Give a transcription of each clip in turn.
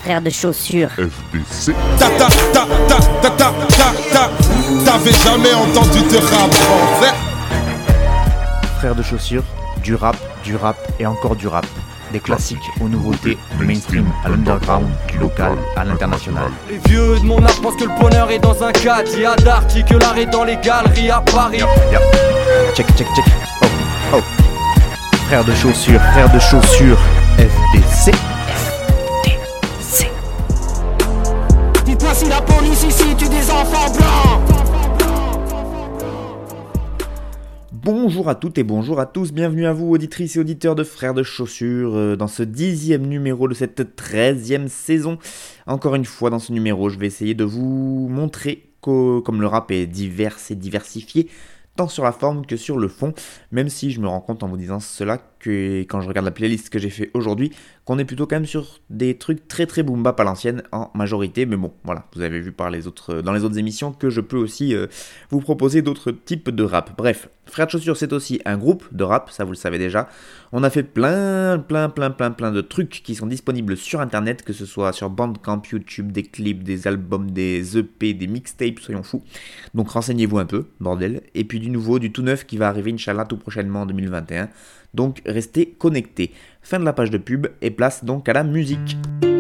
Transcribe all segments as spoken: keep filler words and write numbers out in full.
frère de chaussures. F D C. Ta ta ta ta ta ta ta ta. T'avais jamais entendu de rap français? Frère de chaussures, du rap, du rap et encore du rap. Des classiques aux nouveautés, du mainstream à l'underground, du local à l'international. Les vieux de mon âge pensent que le bonheur est dans un cadre. Il y a d'arty que l'art est dans les galeries à Paris. Yeah. Check, check, check. Oh, oh. Frère de chaussures, frère de chaussures, F D C. Dites-moi si la police ici tue des enfants blancs. Bonjour à toutes et bonjour à tous, bienvenue à vous auditrices et auditeurs de Frères de Chaussures euh, dans ce dixième numéro de cette treizième saison. Encore une fois dans ce numéro, je vais essayer de vous montrer que comme le rap est divers et diversifié, tant sur la forme que sur le fond, même si je me rends compte en vous disant cela que quand je regarde la playlist que j'ai fait aujourd'hui, qu'on est plutôt quand même sur des trucs très très boom bap à l'ancienne en majorité, mais bon, voilà, vous avez vu par les autres, dans les autres émissions que je peux aussi euh, vous proposer d'autres types de rap. Bref, Frères de Chaussures, c'est aussi un groupe de rap, ça vous le savez déjà. On a fait plein, plein, plein, plein, plein de trucs qui sont disponibles sur internet, que ce soit sur Bandcamp, YouTube, des clips, des albums, des E P, des mixtapes, soyons fous. Donc renseignez-vous un peu, bordel. Et puis du nouveau, du tout neuf qui va arriver, Inch'Allah, tout prochainement en deux mille vingt et un. Donc restez connectés. Fin de la page de pub et place donc à la musique.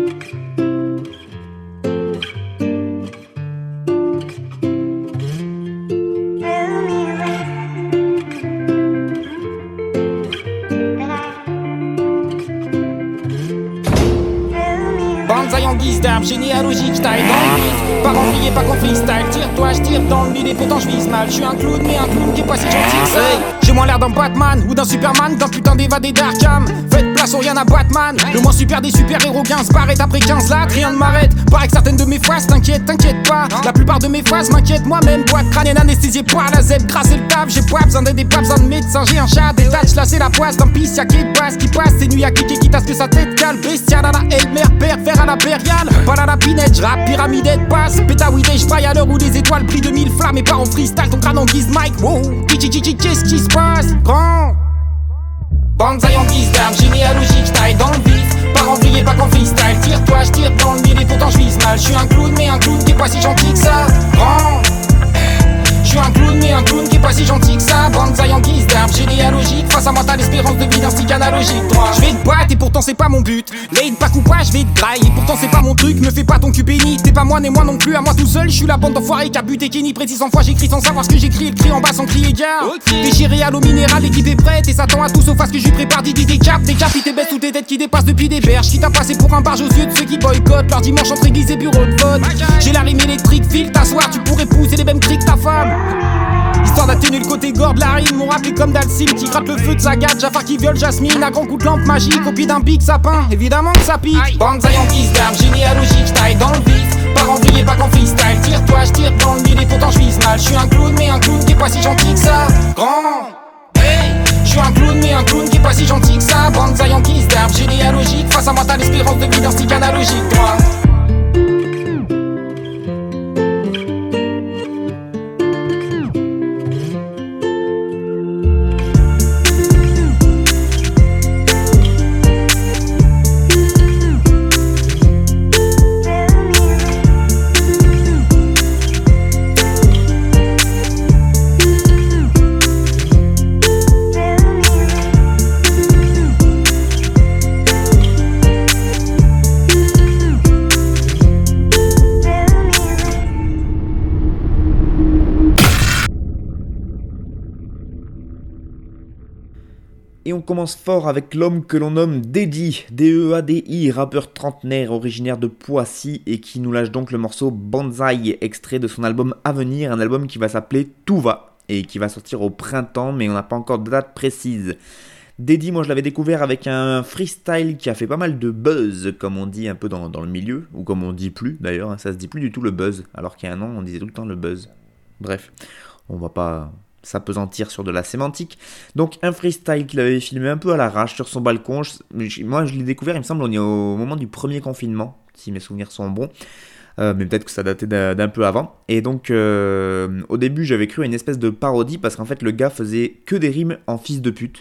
Banzai en guise d'arbre généalogique, je taille dans le vide. Pas renfrié, pas qu'on freestyle. Tire-toi, je tire dans le mille et pourtant je vise mal. Je suis un clown, mais un clown qui est pas si gentil que ça. Hey, j'ai moins l'air d'un Batman ou d'un Superman, d'un putain d'évadé d'Arkham. Faites place au rien à Batman. Le moins super des super-héros Gainsbourg est après quinze lattes, rien ne m'arrête. Paraît que certaines de mes phases, t'inquiète, t'inquiète pas. La plupart de mes phases m'inquiètent moi-même. Boîte crânienne anesthésiée par la zèbre, grâce et le taf. J'ai pas besoin d'aider, pas besoin de médecin. J'ai un chat, des tâches, là c'est la poisse d'un pisse. Y'a qui passe, qui passe, c'est nuit à cliquer, quitte à ce que sa tête cale. Bestial à la Elmer, pervers à la Bérial. Pas à la pinette, j'rappe, pyramidette passe. Pétaouidé, j'paille à l'heure où les étoiles brillent de mille flammes. Et pas en freestyle, ton crâne en guise Mike. Wow, qu'est-ce qui se passe, grand? Banzai en guise d'arbre généalogique, j'taille dans le vif. Pas renfrié, pas qu'en freestyle. Tire-toi, j'tire dans le mille et pourtant j'vise mal. J'suis un clown, mais un clown qui est pas si gentil que ça, grand. J'suis un clown, mais un clown qui est pas si gentil que ça. Banzai en guise d'arbre généalogique. Face à moi t'as l'espérance de vie d'un stick analogique. J'vais te battre et pourtant c'est pas mon but. Late pas ou pas, j'vais te grailler. Et pourtant c'est pas mon truc, me fais pas ton cul béni. T'es pas moi, ni moi non plus, à moi tout seul. J'suis la bande d'enfoirés qui a buté Kenny. Précis cent fois j'écris sans savoir ce que j'écris. Le cri en bas sans crier gare. Okay. Déchiré à l'eau minérale, l'équipe est prête. Et s'attend à tout sauf à ce que j'y prépare. Didi des caps, des capes, tes baisses ou tes têtes qui dépassent depuis des berges. Quitte à passer pour un barge aux yeux de ceux qui boycottent leur dimanche entre église et bureau de vote. J'ai la rime électrique, file t'asseoir, tu pourrais pousser les mêmes cris que ta femme. Histoire d'atténuer le côté gore de la rime, mon rap est comme Dalsim qui gratte le feu de sa gâte, Jafar qui viole Jasmine, à grand coup de lampe magique, au pied d'un pic sapin, évidemment que ça pique. Banzai en guise d'arbre généalogique, j'taille dans le vif. Pas renfrié, pas qu'en freestyle, tire-toi, j'tire dans le mille et pourtant j'vise mal. J'suis un clown, mais un clown qui est pas si gentil que ça, grand. Hey, j'suis un clown, mais un clown qui est pas si gentil que ça. Banzai en guise d'arbre généalogique, face à moi t'as l'espérance de vie d'un stick analogique, toi. Et on commence fort avec l'homme que l'on nomme Deady, D E A D I, rappeur trentenaire originaire de Poissy et qui nous lâche donc le morceau Banzai, extrait de son album à venir, un album qui va s'appeler Tout va et qui va sortir au printemps mais on n'a pas encore de date précise. Deady, moi je l'avais découvert avec un freestyle qui a fait pas mal de buzz, comme on dit un peu dans, dans le milieu, ou comme on dit plus d'ailleurs, hein, ça se dit plus du tout le buzz, alors qu'il y a un an on disait tout le temps le buzz. Bref, on va pas s'apesantir sur de la sémantique. Donc un freestyle qu'il avait filmé un peu à l'arrache sur son balcon. Je, moi je l'ai découvert, il me semble, on est au moment du premier confinement, si mes souvenirs sont bons. Euh, mais peut-être que ça datait d'un, d'un peu avant. Et donc euh, au début j'avais cru à une espèce de parodie parce qu'en fait le gars faisait que des rimes en fils de pute.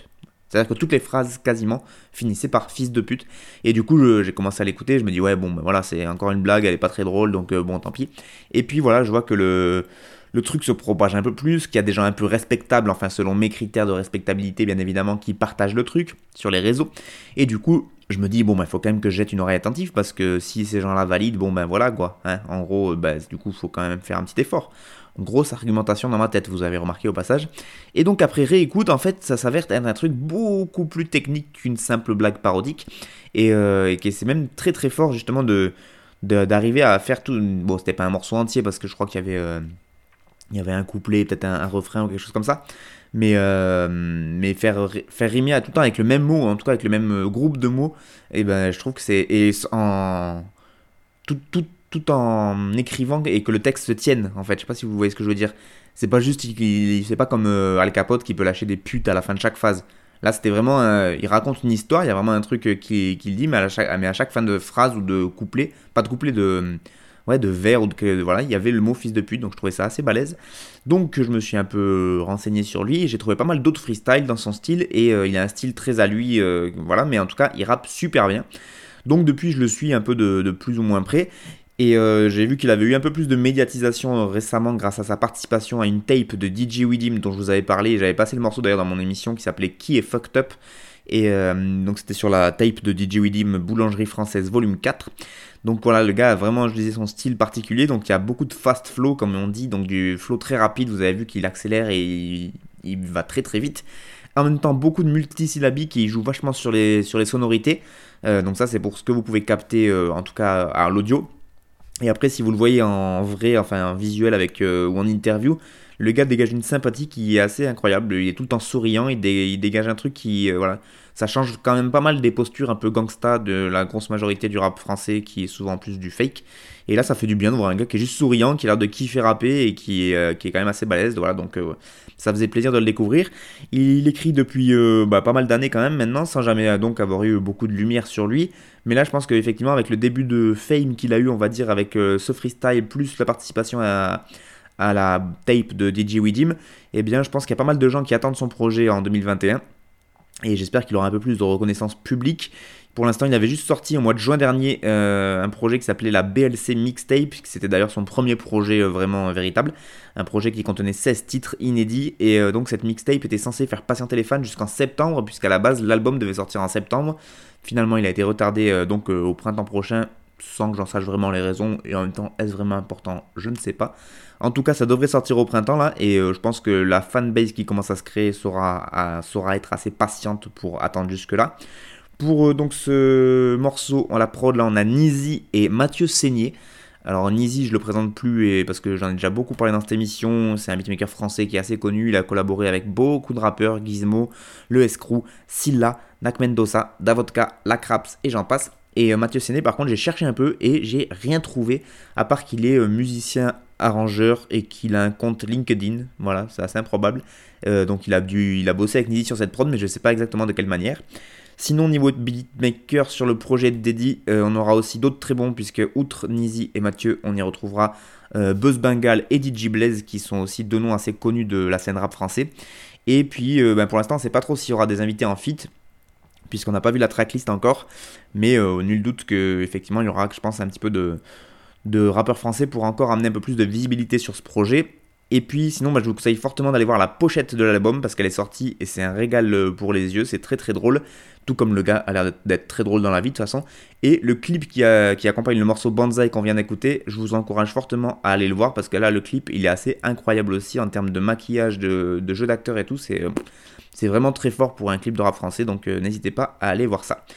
C'est-à-dire que toutes les phrases quasiment finissaient par fils de pute. Et du coup, je, j'ai commencé à l'écouter, je me dis ouais bon ben voilà, c'est encore une blague, elle est pas très drôle, donc euh, bon tant pis. Et puis voilà, je vois que le, le truc se propage un peu plus, qu'il y a des gens un peu respectables, enfin selon mes critères de respectabilité bien évidemment, qui partagent le truc sur les réseaux. Et du coup, je me dis bon ben faut quand même que je jette une oreille attentive, parce que si ces gens-là valident, bon ben voilà quoi. Hein, en gros, ben, du coup, faut quand même faire un petit effort. Grosse argumentation dans ma tête, vous avez remarqué au passage. Et donc après réécoute, en fait, ça s'avère être un truc beaucoup plus technique qu'une simple blague parodique. Et, euh, et que c'est même très très fort justement de, de, d'arriver à faire tout... Bon, c'était pas un morceau entier parce que je crois qu'il y avait, euh, il y avait un couplet, peut-être un, un refrain ou quelque chose comme ça. Mais, euh, mais faire, faire rimer à tout le temps avec le même mot, en tout cas avec le même groupe de mots, et ben je trouve que c'est... Et en... Tout... tout tout en écrivant et que le texte se tienne, en fait. Je sais pas si vous voyez ce que je veux dire. C'est pas juste, il, c'est pas comme euh, Al Capote qui peut lâcher des putes à la fin de chaque phrase. Là, c'était vraiment, euh, il raconte une histoire, il y a vraiment un truc euh, qu'il qui dit, mais à, chaque, mais à chaque fin de phrase ou de couplet, pas de couplet, de, ouais, de vers ou de, voilà, il y avait le mot fils de pute, donc je trouvais ça assez balèze. Donc, je me suis un peu renseigné sur lui et j'ai trouvé pas mal d'autres freestyles dans son style et euh, il a un style très à lui, euh, voilà, mais en tout cas, il rappe super bien. Donc, depuis, je le suis un peu de, de plus ou moins près. Et euh, j'ai vu qu'il avait eu un peu plus de médiatisation euh, récemment grâce à sa participation à une tape de D J Widim dont je vous avais parlé. J'avais passé le morceau d'ailleurs dans mon émission qui s'appelait Qui est Fucked Up. Et euh, donc c'était sur la tape de D J Widim Boulangerie Française volume quatre. Donc voilà, le gars a vraiment, je disais, son style particulier. Donc il y a beaucoup de fast flow comme on dit, donc du flow très rapide. Vous avez vu qu'il accélère et il, il va très très vite. En même temps, beaucoup de multisyllabiques qui jouent vachement sur les, sur les sonorités. Euh, donc ça c'est pour ce que vous pouvez capter euh, en tout cas à l'audio. Et après, si vous le voyez en vrai, enfin en visuel avec, euh, ou en interview, le gars dégage une sympathie qui est assez incroyable. Il est tout le temps souriant, il, dé, il dégage un truc qui, euh, voilà, ça change quand même pas mal des postures un peu gangsta de la grosse majorité du rap français qui est souvent plus du fake. Et là, ça fait du bien de voir un gars qui est juste souriant, qui a l'air de kiffer rapper et qui est, euh, qui est quand même assez balèze. Voilà, donc euh, ça faisait plaisir de le découvrir. Il, il écrit depuis euh, bah, pas mal d'années quand même maintenant, sans jamais euh, donc avoir eu beaucoup de lumière sur lui. Mais là, je pense qu'effectivement, avec le début de fame qu'il a eu, on va dire, avec euh, ce freestyle plus la participation à, à la tape de D J Widim, eh bien, je pense qu'il y a pas mal de gens qui attendent son projet en deux mille vingt et un. Et j'espère qu'il aura un peu plus de reconnaissance publique. Pour l'instant, il avait juste sorti au mois de juin dernier euh, un projet qui s'appelait la B L C Mixtape. C'était d'ailleurs son premier projet euh, vraiment euh, véritable. Un projet qui contenait seize titres inédits. Et euh, donc cette mixtape était censée faire patienter les fans jusqu'en septembre, puisqu'à la base, l'album devait sortir en septembre. Finalement, il a été retardé euh, donc euh, au printemps prochain, sans que j'en sache vraiment les raisons. Et en même temps, est-ce vraiment important? Je ne sais pas. En tout cas, ça devrait sortir au printemps là. Et euh, je pense que la fanbase qui commence à se créer saura, à, saura être assez patiente pour attendre jusque-là. Pour euh, donc ce morceau en la prod, là on a Nizi et Mathieu Seigné. Alors Nizi, je le présente plus et parce que j'en ai déjà beaucoup parlé dans cette émission. C'est un beatmaker français qui est assez connu. Il a collaboré avec beaucoup de rappeurs, Gizmo, Le Escrew, Silla, Nak Mendoza, Davodka, La Craps et j'en passe. Et euh, Mathieu Seigné, par contre, j'ai cherché un peu et j'ai rien trouvé à part qu'il est euh, musicien, arrangeur et qu'il a un compte LinkedIn. Voilà, c'est assez improbable. Euh, donc il a, dû, il a bossé avec Nizi sur cette prod, mais je ne sais pas exactement de quelle manière. Sinon, niveau de beatmaker sur le projet de Deddy, euh, on aura aussi d'autres très bons, puisque outre Nizi et Mathieu, on y retrouvera euh, Buzz Bengal et D J Blaze, qui sont aussi deux noms assez connus de la scène rap français. Et puis, euh, ben, pour l'instant, on ne sait pas trop s'il y aura des invités en feat, puisqu'on n'a pas vu la tracklist encore, mais euh, nul doute qu'effectivement, il y aura, je pense, un petit peu de, de rappeurs français pour encore amener un peu plus de visibilité sur ce projet. Et puis sinon, bah, je vous conseille fortement d'aller voir la pochette de l'album parce qu'elle est sortie et c'est un régal pour les yeux, c'est très très drôle, tout comme le gars a l'air d'être très drôle dans la vie de toute façon. Et le clip qui, a, qui accompagne le morceau Banzai qu'on vient d'écouter, je vous encourage fortement à aller le voir parce que là le clip il est assez incroyable aussi en termes de maquillage, de, de jeu d'acteur et tout, c'est, c'est vraiment très fort pour un clip de rap français, donc euh, n'hésitez pas à aller voir ça.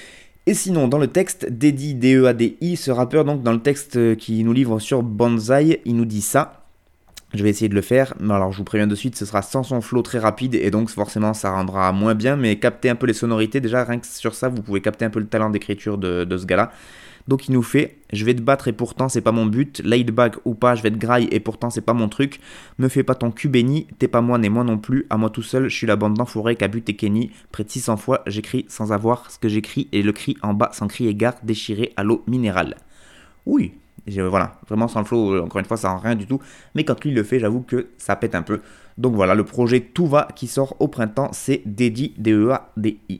Et sinon, dans le texte, Deddy, D E A D I, ce rappeur, donc dans le texte qui nous livre sur Banzai, il nous dit ça. Je vais essayer de le faire, mais alors je vous préviens de suite, ce sera sans son flow très rapide et donc forcément ça rendra moins bien, mais captez un peu les sonorités, déjà rien que sur ça vous pouvez capter un peu le talent d'écriture de, de ce gars-là. Donc il nous fait, je vais te battre et pourtant c'est pas mon but, laid back ou pas, je vais te graille et pourtant c'est pas mon truc, me fais pas ton cul béni, t'es pas moi, n'est moi non plus, à moi tout seul, je suis la bande d'enfoirés qu'a buté Kenny, près de six cents fois, j'écris sans avoir ce que j'écris et le cri en bas sans crier gare, déchiré à l'eau minérale. Oui. Et voilà, vraiment sans le flow, encore une fois, ça rend rien du tout. Mais quand lui le fait, j'avoue que ça pète un peu. Donc voilà, le projet Tout va qui sort au printemps, c'est Dedi, D E A D I.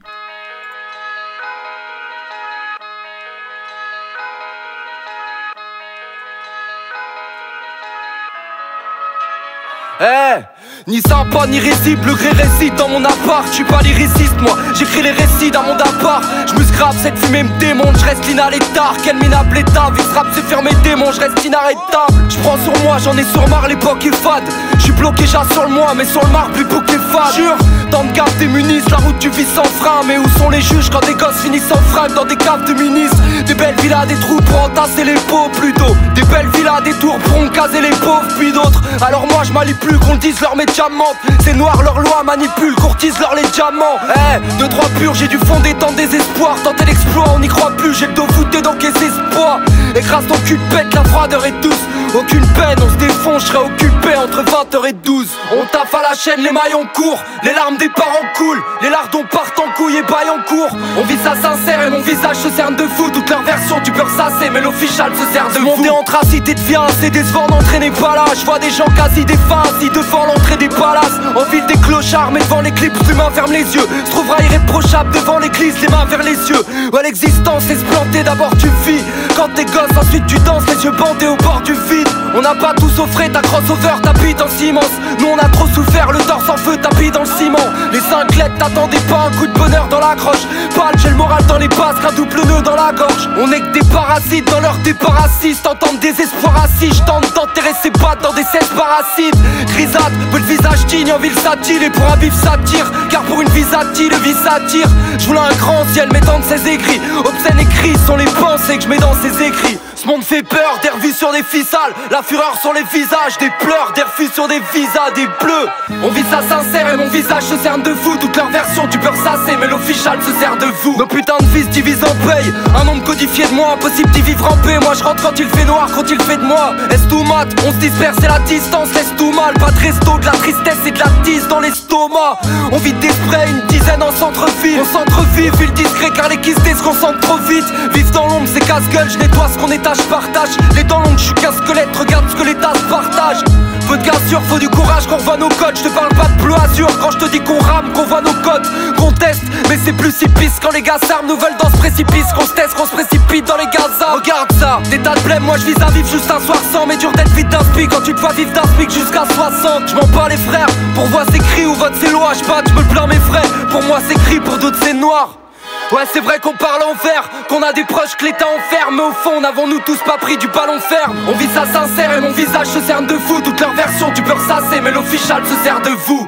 Eh hey, ni sympa ni risible, le gré récite dans mon appart. Je suis pas lyriciste moi, j'écris les récits d'un monde à part. Je me scrape, cette fumée me démonte, je reste l'inhallétard. Quel minable état, vice rap c'est faire mes démons, je reste inarrêtable. Je prends sur moi, j'en ai sur marre, l'époque est fade. Je suis bloqué, j'assure le moi, mais sur le marbre, l'époque est fade. Jure, dans de garde démunissent, la route tu vis sans frein. Mais où sont les juges quand des gosses finissent sans fringues dans des caves de ministres? Des belles villas, des trous pour entasser les pauvres plutôt. Des belles villas, des tours pour en caser les pauvres puis d'autres. Alors moi je m'allie plus qu'on le dise leur médicament. C'est noir leur loi manipule, courtise leur les diamants. Eh, hey, deux trois purs, j'ai dû fonder tant désespoir. Tenter l'exploit, on n'y croit plus, j'ai le dos fouté donc les espoirs. Écrase ton cul de pète, la froideur est douce. Aucune peine, on se défonce, je serai occupé entre vingt heures et douze. On taffe à la chaîne, les maillons courent. Les larmes des parents coulent, les lardons partent en couille et baillent en cours. On vit ça sincère et mon visage se cerne de fou. Toute leur version du beurre sacé, mais l'official se sert de monter en tracite et devient assez décevant d'entraîner pas là. Je vois des gens quasi défunts assis devant l'entrée des palaces. En ville des clochards, mais devant l'éclipse, l'humain ferme les yeux. Se trouvera irréprochable devant l'église, les mains vers les yeux. Ouais, l'existence est se planter, d'abord tu vis. Quand t'es gosse, ensuite tu danses, les yeux bandés au bord du vide. On n'a pas tous au frais, ta crossover t'habites en immense. Nous on a trop souffert, le torse en feu tapis dans le ciment. Les cinq lettres t'attendaient pas, un coup de bonheur dans la croche. Pâle, j'ai le moral dans les basques, un double nœud dans la gorge. On est que des parasites dans leur déparasite. T'entends désespoir assis, j'tente d'enterrer ses pattes dans des cesses parasites. Grisade, peu le visage digne, en ville s'attire. Et pour un bif s'attire, car pour une vie s'attire, le vice s'attire. J'voulais un grand ciel m'étendre ses écrits. Obscènes écrits sont les pensées que je mets dans ses écrits. Ce monde fait peur, des revues sur des ficelles. La fureur sur les visages, des pleurs, des refus sur des visas, des bleus. On vit ça sincère et mon visage se cerne de fou. Toute leur version du beurre sacé, mais l'official se sert de vous. Nos putains de vies se divisent en paye. Un nombre codifié de moi, impossible d'y vivre en paix. Moi je rentre quand il fait noir, quand il fait de moi. Est-ce tout mat, on se disperse et la distance laisse tout mal. Pas de resto, de la tristesse et de la tisse dans l'estomac. On vit des sprays, une dizaine en centre-ville. On centre-vive, ville discret car les quistés se concentrent trop vite. Vivre dans l'ombre c'est casse-gueule, je nettoie ce qu'on étage, je partage. Les dents longues, je suis qu'un squelette, regarde ce que l'État se partage. Peu de gars sûr, faut du courage qu'on revoit nos codes. Je te parle pas de bleu azur quand je te dis qu'on rame, qu'on voit nos codes, qu'on teste. Mais c'est plus si pisse quand les gars s'arment, nous veulent dans ce précipice. Qu'on se teste, qu'on se précipite dans les gazas. Regarde ça, des tas de blême, moi je vise à vivre juste un soir sans. Mais dur d'être vite d'un spic quand tu te vois vivre d'un spic jusqu'à soixante. Je m'en bats les frères, pour voir c'est cri ou vote c'est loi. Je batte, je me plains mes frères, pour moi c'est gris, pour d'autres c'est noir. Ouais c'est vrai qu'on parle en vert, qu'on a des proches que l'État enferme. Mais au fond n'avons-nous tous pas pris du ballon ferme. On vit ça sincère et mon visage se cerne de fou. Toute leur version du beurre sacé, mais l'official se sert de vous.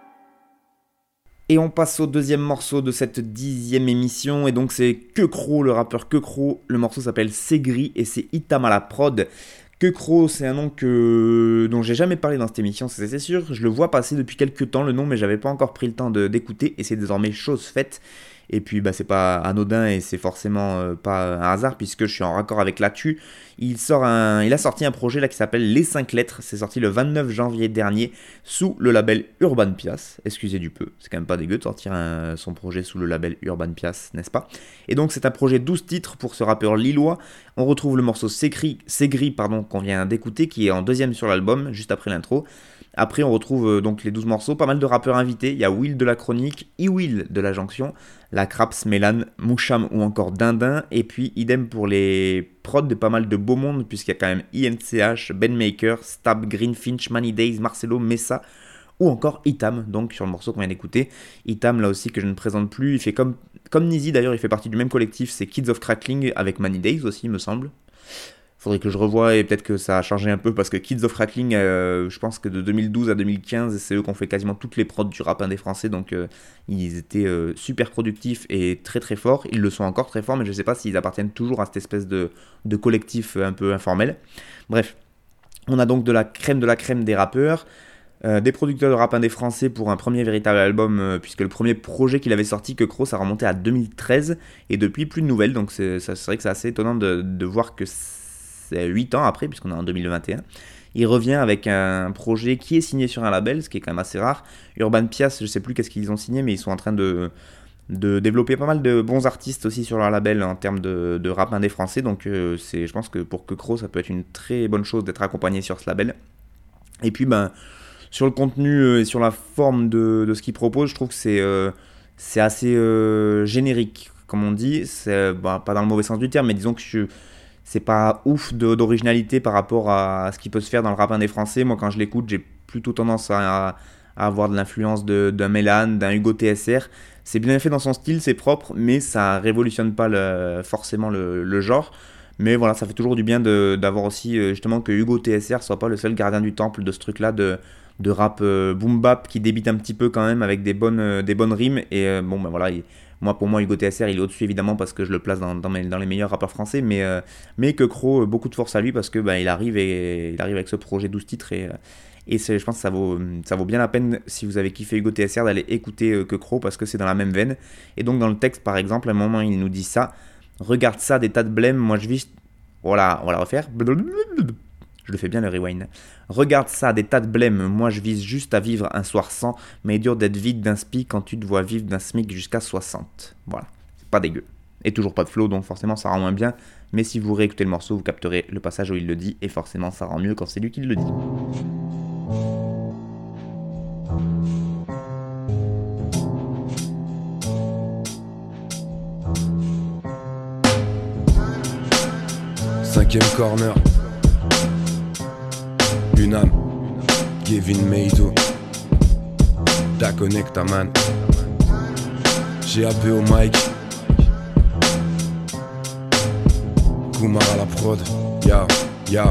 Et on passe au deuxième morceau de cette dixième émission. Et donc c'est Quecro, le rappeur Quecro. Le morceau s'appelle C'est Gris et c'est Itam à la prod. Quecro, c'est un nom que... dont j'ai jamais parlé dans cette émission, c'est sûr. Je le vois passer depuis quelques temps le nom, mais j'avais pas encore pris le temps de, d'écouter. Et c'est désormais chose faite. Et puis bah, c'est pas anodin et c'est forcément euh, pas un hasard puisque je suis en raccord avec l'actu. Il, sort un, il a sorti un projet là qui s'appelle Les cinq lettres. C'est sorti le vingt-neuf janvier dernier sous le label Urban Pias. Excusez du peu, c'est quand même pas dégueu de sortir un, son projet sous le label Urban Pias, n'est-ce pas? Et donc c'est un projet douze titres pour ce rappeur lillois. On retrouve le morceau C'est Gris, C'est Gris pardon, qu'on vient d'écouter qui est en deuxième sur l'album, juste après l'intro. Après, on retrouve euh, donc les douze morceaux, pas mal de rappeurs invités. Il y a Will de la Chronique, E-Will de la Jonction, La Craps, Mélan, Moucham ou encore Dindin. Et puis, idem pour les prods de pas mal de beau monde, puisqu'il y a quand même I N C H, Ben Maker, Stab, Greenfinch, Money Days, Marcelo, Messa ou encore Itam, donc sur le morceau qu'on vient d'écouter. Itam, là aussi, que je ne présente plus. Il fait comme, comme Nizi d'ailleurs, il fait partie du même collectif, c'est Kids of Crackling avec Money Days aussi, me semble. Faudrait que je revoie et peut-être que ça a changé un peu parce que Kids of Crackling, euh, je pense que de deux mille douze à deux mille quinze, c'est eux qui ont fait quasiment toutes les prods du rap indé français, donc euh, ils étaient euh, super productifs et très très forts. Ils le sont encore très forts, mais je sais pas s'ils appartiennent toujours à cette espèce de, de collectif un peu informel. Bref, on a donc de la crème de la crème des rappeurs. Euh, des producteurs de rap indé français pour un premier véritable album, euh, puisque le premier projet qu'il avait sorti, Quecro, ça remontait à deux mille treize, et depuis plus de nouvelles, donc c'est, ça, c'est vrai que c'est assez étonnant de, de voir que c'est huit ans après, puisqu'on est en deux mille vingt et un. Il revient avec un projet qui est signé sur un label, ce qui est quand même assez rare. Urban Pias, je sais plus qu'est-ce qu'ils ont signé, mais ils sont en train de, de développer pas mal de bons artistes aussi sur leur label en termes de, de rap indé français. Donc euh, c'est, je pense que pour Quecro, ça peut être une très bonne chose d'être accompagné sur ce label. Et puis ben, sur le contenu et sur la forme de, de ce qu'il propose, je trouve que c'est, euh, c'est assez euh, générique, comme on dit. C'est ben, pas dans le mauvais sens du terme, mais disons que je, c'est pas ouf de, d'originalité par rapport à ce qui peut se faire dans le rap indé français. Moi, quand je l'écoute, j'ai plutôt tendance à, à avoir de l'influence de, d'un Mélan, d'un Hugo T S R. C'est bien fait dans son style, c'est propre, mais ça révolutionne pas le, forcément le, le genre. Mais voilà, ça fait toujours du bien de, d'avoir aussi justement que Hugo T S R soit pas le seul gardien du temple de ce truc-là de, de rap euh, boom bap qui débite un petit peu quand même avec des bonnes, euh, des bonnes rimes. Et euh, bon, ben voilà, il, moi pour moi Hugo T S R il est au-dessus évidemment parce que je le place dans, dans, mes, dans les meilleurs rappeurs français. Mais, euh, mais Quecro, beaucoup de force à lui parce que ben, il, arrive et, il arrive avec ce projet douze titres et. Euh, Et c'est, je pense que ça vaut, ça vaut bien la peine, si vous avez kiffé Hugo T S R, d'aller écouter euh, Quecro, parce que c'est dans la même veine. Et donc dans le texte, par exemple, à un moment, il nous dit ça. Regarde ça, des tas de blême, moi je vis... Voilà, on va la refaire. Je le fais bien le rewind. Regarde ça, des tas de blême, moi je vise juste à vivre un soir sans, mais dur d'être vide d'un spi quand tu te vois vivre d'un smic jusqu'à soixante. Voilà, c'est pas dégueu. Et toujours pas de flow, donc forcément ça rend moins bien. Mais si vous réécoutez le morceau, vous capterez le passage où il le dit, et forcément ça rend mieux quand c'est lui qui le dit. Cinquième corner. Une âme. Kevin Meido. Da Connecta man. G A P au mic. Kumar à la prod. Ya, ya.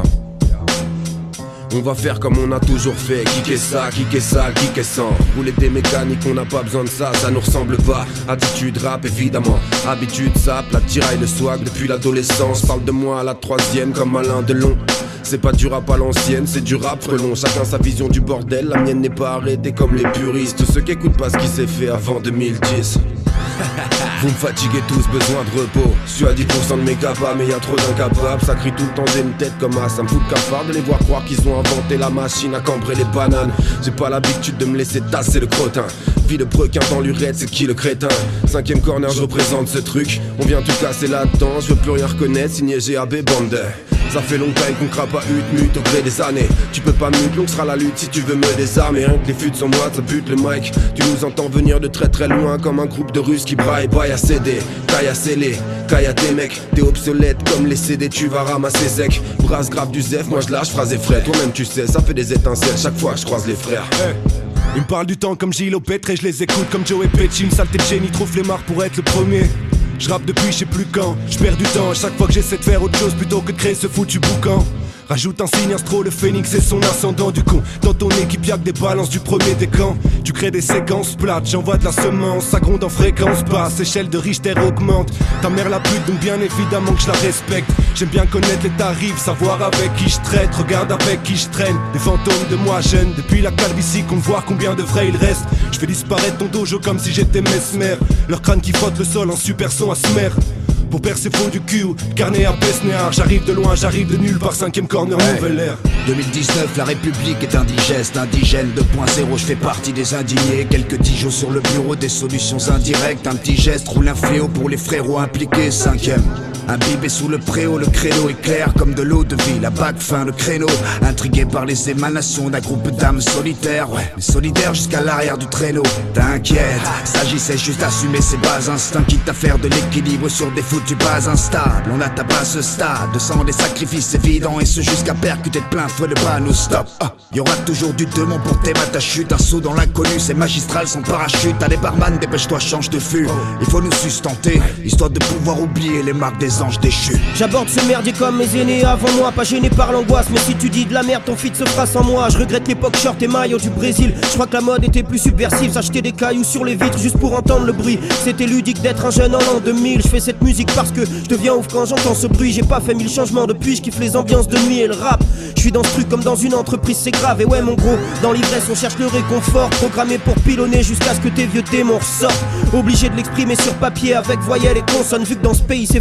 On va faire comme on a toujours fait, kicker ça, kicker ça, kicker sans. Rouler des mécaniques, on n'a pas besoin de ça, ça nous ressemble pas. Attitude rap évidemment, habitude sap, la tiraille, le swag depuis l'adolescence. Parle de moi à la troisième comme Alain Delon. C'est pas du rap à l'ancienne, c'est du rap frelon. Chacun sa vision du bordel, la mienne n'est pas arrêtée comme les puristes. Ceux qui écoutent pas ce qui s'est fait avant deux mille dix. Vous me fatiguez tous, besoin de repos. Je suis à dix pour cent de mes capables, mais y'a trop d'incapables. Ça crie tout le temps, j'ai une tête comme ça. Ça me fout de cafard de les voir croire qu'ils ont inventé la machine à cambrer les bananes. J'ai pas l'habitude de me laisser tasser le crottin. Vie de prequin dans l'urette, c'est qui le crétin? Cinquième corner, je représente ce truc. On vient tout casser là-dedans, je veux plus rien reconnaître. Signé G A B Bande. Ça fait longtemps qu'on crappe à hut mute au gré des années. Tu peux pas mute, longue sera la lutte si tu veux me désarmer. Rien que les fûts sont moi, ça bute le mic. Tu nous entends venir de très très loin comme un groupe de Russes qui braille, baille à C D. Caille à scellé, caille à tes mecs. T'es obsolète comme les C D, tu vas ramasser sec. Brasse grave du zef, moi je lâche phrase et frais. Toi-même tu sais, ça fait des étincelles chaque fois que je croise les frères. Hey. Ils me parlent du temps comme Gilles Pétré, je les écoute comme Joe et Petty. Une saleté de génie, trop flemmard pour être le premier. Je rappe depuis je sais plus quand, je perds du temps à chaque fois que j'essaie de faire autre chose plutôt que de créer ce foutu boucan. Rajoute un signe astro, le phénix et son ascendant du con. Dans ton équipe y'a que des balances du premier décan. Tu crées des séquences plates, j'envoie de la semence. Ça gronde en fréquence basse, échelle de Richter augmente. Ta mère la pute donc bien évidemment que je la respecte. J'aime bien connaître les tarifs, savoir avec qui je traite. Regarde avec qui je traîne, des fantômes de moi jeune. Depuis la calvitie qu'on voit combien de vrais il reste. Je fais disparaître ton dojo comme si j'étais Mesmer. Leur crâne qui frotte le sol en super son à smer. Pour percer faux du cul, carnet à Besnéard. J'arrive de loin, j'arrive de nulle part, cinquième corner, hey. Nouvelle ère. deux mille dix-neuf, la République est indigeste, indigène deux point zéro, je fais partie des indignés. Quelques tijots sur le bureau, des solutions indirectes. Un petit geste roule un fléau pour les frérots impliqués, cinquième. Imbibé sous le préau, le créneau est clair comme de l'eau de vie, la bague fin, le créneau. Intrigué par les émanations d'un groupe d'âmes solitaires, ouais, mais solidaires jusqu'à l'arrière du traîneau. T'inquiète, s'agissait juste d'assumer ses bas instincts, quitte à faire de l'équilibre sur des foutus bas instables. On atteint pas ce stade, de sang des sacrifices évidents, et ce jusqu'à percuter de plein fouet le bas nous stop. Ah, y'aura toujours du démon pour tes ta chute, un saut dans l'inconnu, c'est magistral sans parachute. Allez barman, dépêche-toi, change de fût. Il faut nous sustenter, histoire de pouvoir oublier les marques des anges déchus. J'aborde ce merdier comme mes aînés avant moi, pas gêné par l'angoisse. Mais si tu dis de la merde, ton feat se fera sans moi. Je regrette l'époque short et maillot du Brésil. Je crois que la mode était plus subversive, s'acheter des cailloux sur les vitres juste pour entendre le bruit. C'était ludique d'être un jeune en l'an deux mille. Je fais cette musique parce que je deviens ouf quand j'entends ce bruit. J'ai pas fait mille changements depuis, je kiffe les ambiances de nuit et le rap. Je suis dans ce truc comme dans une entreprise, c'est grave. Et ouais mon gros, dans l'ivresse on cherche le réconfort, programmé pour pilonner jusqu'à ce que tes vieux démons ressortent. Obligé de l'exprimer sur papier avec voyelles et consonnes, vu que dans ce pays c'est ferme ta gueule.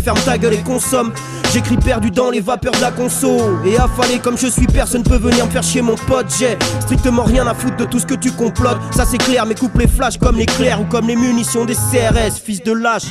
gueule et consomme. J'écris perdu dans les vapeurs de la conso. Et affalé comme je suis, personne peut venir me faire chier mon pote. J'ai strictement rien à foutre de tout ce que tu complotes. Ça c'est clair, mes couplets flash comme l'éclair ou comme les munitions des C R S, fils de lâche.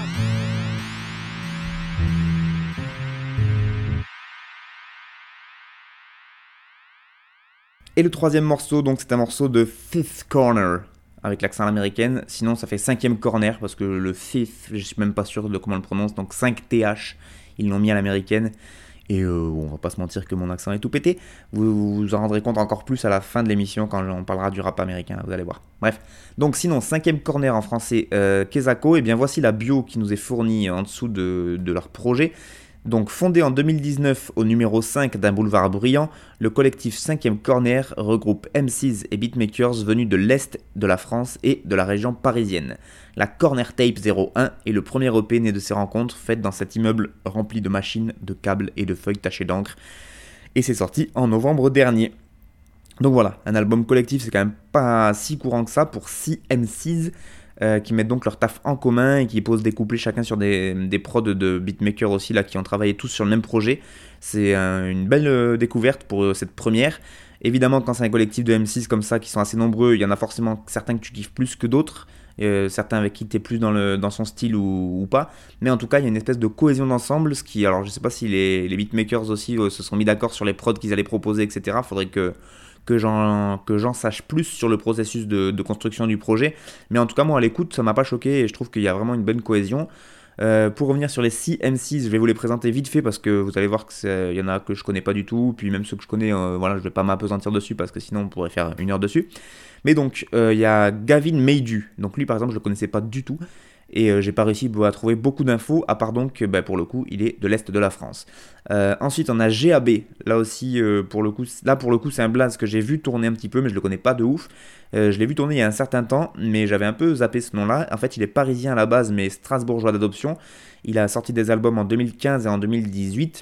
Et le troisième morceau, donc c'est un morceau de Fifth Corner, avec l'accent américain. Sinon ça fait cinquième corner, parce que le fifth, je suis même pas sûr de comment on le prononce, donc cinq T H, ils l'ont mis à l'américaine. Et euh, on va pas se mentir que mon accent est tout pété. Vous vous en rendrez compte encore plus à la fin de l'émission quand on parlera du rap américain, vous allez voir. Bref, donc sinon, cinquième corner en français, euh, Kezako, et bien voici la bio qui nous est fournie en dessous de, de leur projet. Donc fondé en deux mille dix-neuf au numéro cinq d'un boulevard bruyant, le collectif cinquième Corner regroupe M Cs et beatmakers venus de l'Est de la France et de la région parisienne. La Corner Tape zéro un est le premier E P né de ces rencontres faites dans cet immeuble rempli de machines, de câbles et de feuilles tachées d'encre. Et c'est sorti en novembre dernier. Donc voilà, un album collectif c'est quand même pas si courant que ça pour six M Cs. Euh, qui mettent donc leur taf en commun et qui posent des couplets chacun sur des, des prods de beatmakers aussi là, qui ont travaillé tous sur le même projet. C'est euh, une belle euh, découverte pour euh, cette première. Évidemment, quand c'est un collectif de M six comme ça qui sont assez nombreux, il y en a forcément certains que tu kiffes plus que d'autres, euh, certains avec qui tu es plus dans, le, dans son style ou, ou pas, mais en tout cas il y a une espèce de cohésion d'ensemble, ce qui, alors je sais pas si les, les beatmakers aussi euh, se sont mis d'accord sur les prods qu'ils allaient proposer, et cetera. Faudrait que Que j'en, que j'en sache plus sur le processus de, de construction du projet. Mais en tout cas, moi, à l'écoute, ça m'a pas choqué et je trouve qu'il y a vraiment une bonne cohésion. Euh, pour revenir sur les six M six, je vais vous les présenter vite fait parce que vous allez voir qu'il y en a que je connais pas du tout. Puis même ceux que je connais, euh, voilà, je vais pas m'apesantir dessus parce que sinon on pourrait faire une heure dessus. Mais donc, il euh, y a Gavin Maydu. Donc lui, par exemple, je le connaissais pas du tout. Et euh, j'ai pas réussi à trouver beaucoup d'infos, à part donc, bah, pour le coup, il est de l'Est de la France. Euh, ensuite, on a G A B. Là aussi, euh, pour le coup, là pour le coup, c'est un blaze que j'ai vu tourner un petit peu, mais je le connais pas de ouf. Euh, je l'ai vu tourner il y a un certain temps, mais j'avais un peu zappé ce nom-là. En fait, il est parisien à la base, mais strasbourgeois d'adoption. Il a sorti des albums en deux mille quinze et en deux mille dix-huit.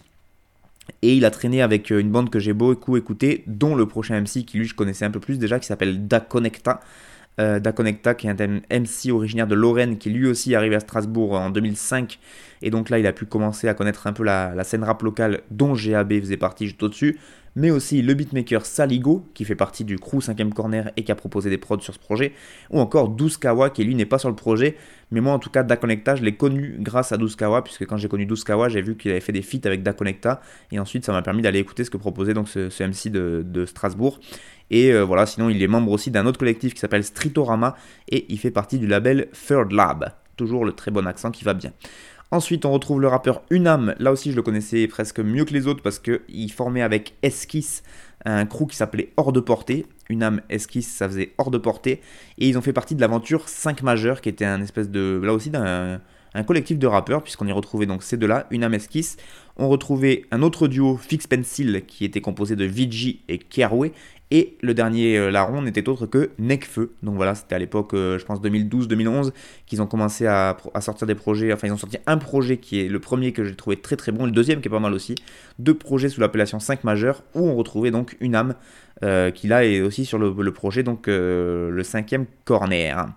Et il a traîné avec une bande que j'ai beaucoup écouté, dont le prochain M C qui lui je connaissais un peu plus déjà, qui s'appelle Da Connecta. Euh, Da Connecta qui est un M C originaire de Lorraine qui lui aussi est arrivé à Strasbourg en deux mille cinq et donc là il a pu commencer à connaître un peu la, la scène rap locale dont G A B faisait partie juste au-dessus, mais aussi le beatmaker Saligo qui fait partie du crew cinquième Corner et qui a proposé des prods sur ce projet, ou encore douze Kawa qui lui n'est pas sur le projet, mais moi en tout cas Da Connecta je l'ai connu grâce à douze Kawa, puisque quand j'ai connu douze Kawa j'ai vu qu'il avait fait des feats avec Da Connecta et ensuite ça m'a permis d'aller écouter ce que proposait donc ce, ce M C de, de Strasbourg. Et euh, voilà, sinon il est membre aussi d'un autre collectif qui s'appelle Streetorama et il fait partie du label Third Lab. Toujours le très bon accent qui va bien. Ensuite on retrouve le rappeur Unam, là aussi je le connaissais presque mieux que les autres parce qu'il formait avec Esquisse un crew qui s'appelait Hors de Portée. Unam, Esquisse, ça faisait Hors de Portée. Et ils ont fait partie de l'aventure cinq majeurs qui était un espèce de, là aussi d'un un collectif de rappeurs, puisqu'on y retrouvait donc ces deux-là, Unam, Esquisse. On retrouvait un autre duo, Fix Pencil, qui était composé de Vigi et Kerwe. Et le dernier euh, larron n'était autre que Necfeu. Donc voilà, c'était à l'époque, euh, je pense deux mille douze deux mille onze, qu'ils ont commencé à, à sortir des projets. Enfin, ils ont sorti un projet qui est le premier que j'ai trouvé très très bon, et le deuxième qui est pas mal aussi. Deux projets sous l'appellation cinq majeurs, où on retrouvait donc Unam, euh, qui là est aussi sur le, le projet, donc euh, le cinquième Corner.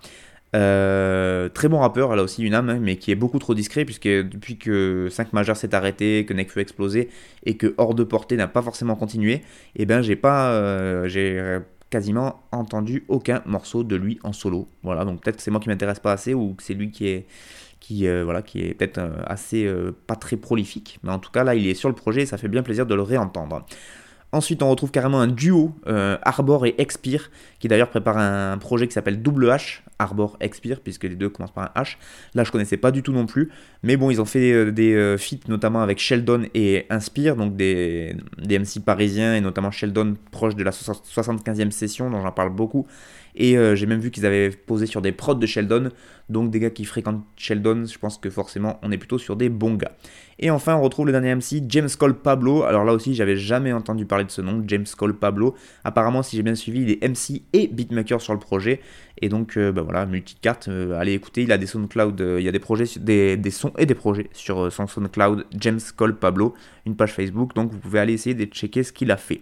Euh, très bon rappeur là aussi Unam, mais qui est beaucoup trop discret puisque depuis que cinq majeurs s'est arrêté, que Necfeu a explosé et que Hors de Portée n'a pas forcément continué, et ben j'ai pas euh, j'ai quasiment entendu aucun morceau de lui en solo. Voilà, donc peut-être que c'est moi qui m'intéresse pas assez ou que c'est lui qui est qui euh, voilà qui est peut-être euh, assez euh, pas très prolifique, mais en tout cas là il est sur le projet et ça fait bien plaisir de le réentendre. Ensuite, on retrouve carrément un duo, euh, Arbor et Expire, qui d'ailleurs prépare un projet qui s'appelle Double H, Arbor Expire, puisque les deux commencent par un H. Là, je connaissais pas du tout non plus, mais bon, ils ont fait euh, des euh, feats notamment avec Sheldon et Inspire, donc des, des M C parisiens, et notamment Sheldon proche de la soixante-quinzième session, dont j'en parle beaucoup. Et euh, j'ai même vu qu'ils avaient posé sur des prods de Sheldon, donc des gars qui fréquentent Sheldon, je pense que forcément on est plutôt sur des bons gars. Et enfin on retrouve le dernier M C, James Cole Pablo. Alors là aussi j'avais jamais entendu parler de ce nom, James Cole Pablo. Apparemment si j'ai bien suivi il est M C et beatmaker sur le projet, et donc euh, bah voilà, multicarte, euh, allez écouter, il a des SoundCloud, euh, il y a des projets, des, des sons et des projets sur euh, son SoundCloud, James Cole Pablo, une page Facebook, donc vous pouvez aller essayer de checker ce qu'il a fait.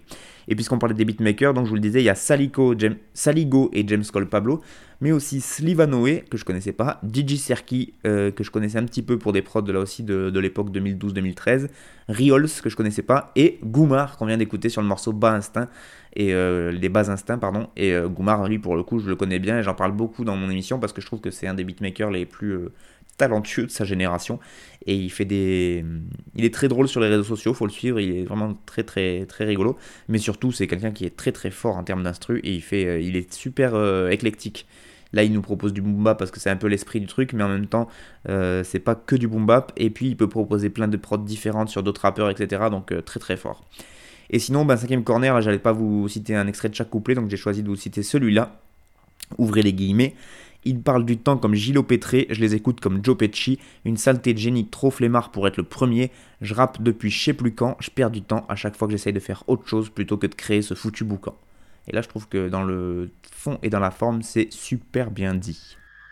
Et puisqu'on parlait des beatmakers, donc je vous le disais, il y a Salico, James, Saligo et James Cole Pablo, mais aussi Slivanoe, que je connaissais pas, Gigi Serki, euh, que je connaissais un petit peu pour des prods là aussi de, de l'époque deux mille douze deux mille treize, Riols, que je connaissais pas, et Goumar, qu'on vient d'écouter sur le morceau Bas Instinct, et euh, les Bas Instincts, pardon, et euh, Goumar, lui, pour le coup, je le connais bien, et j'en parle beaucoup dans mon émission, parce que je trouve que c'est un des beatmakers les plus euh, talentueux de sa génération, et il fait des... Il est très drôle sur les réseaux sociaux, faut le suivre, il est vraiment très très très rigolo, mais surtout, c'est quelqu'un qui est très très fort en termes d'instru, et il, fait, euh, il est super euh, éclectique. Là, il nous propose du boom bap parce que c'est un peu l'esprit du truc, mais en même temps, euh, c'est pas que du boom bap. Et puis, il peut proposer plein de prods différentes sur d'autres rappeurs, et cetera. Donc, euh, très très fort. Et sinon, ben, cinquième corner, là, j'allais pas vous citer un extrait de chaque couplet, donc j'ai choisi de vous citer celui-là. Ouvrez les guillemets. Il parle du temps comme Gillo Pétré, je les écoute comme Joe Pesci. Une saleté de génie trop flemmard pour être le premier. Je rappe depuis je sais plus quand, je perds du temps à chaque fois que j'essaye de faire autre chose plutôt que de créer ce foutu boucan. Et là, je trouve que dans le fond et dans la forme, c'est super bien dit.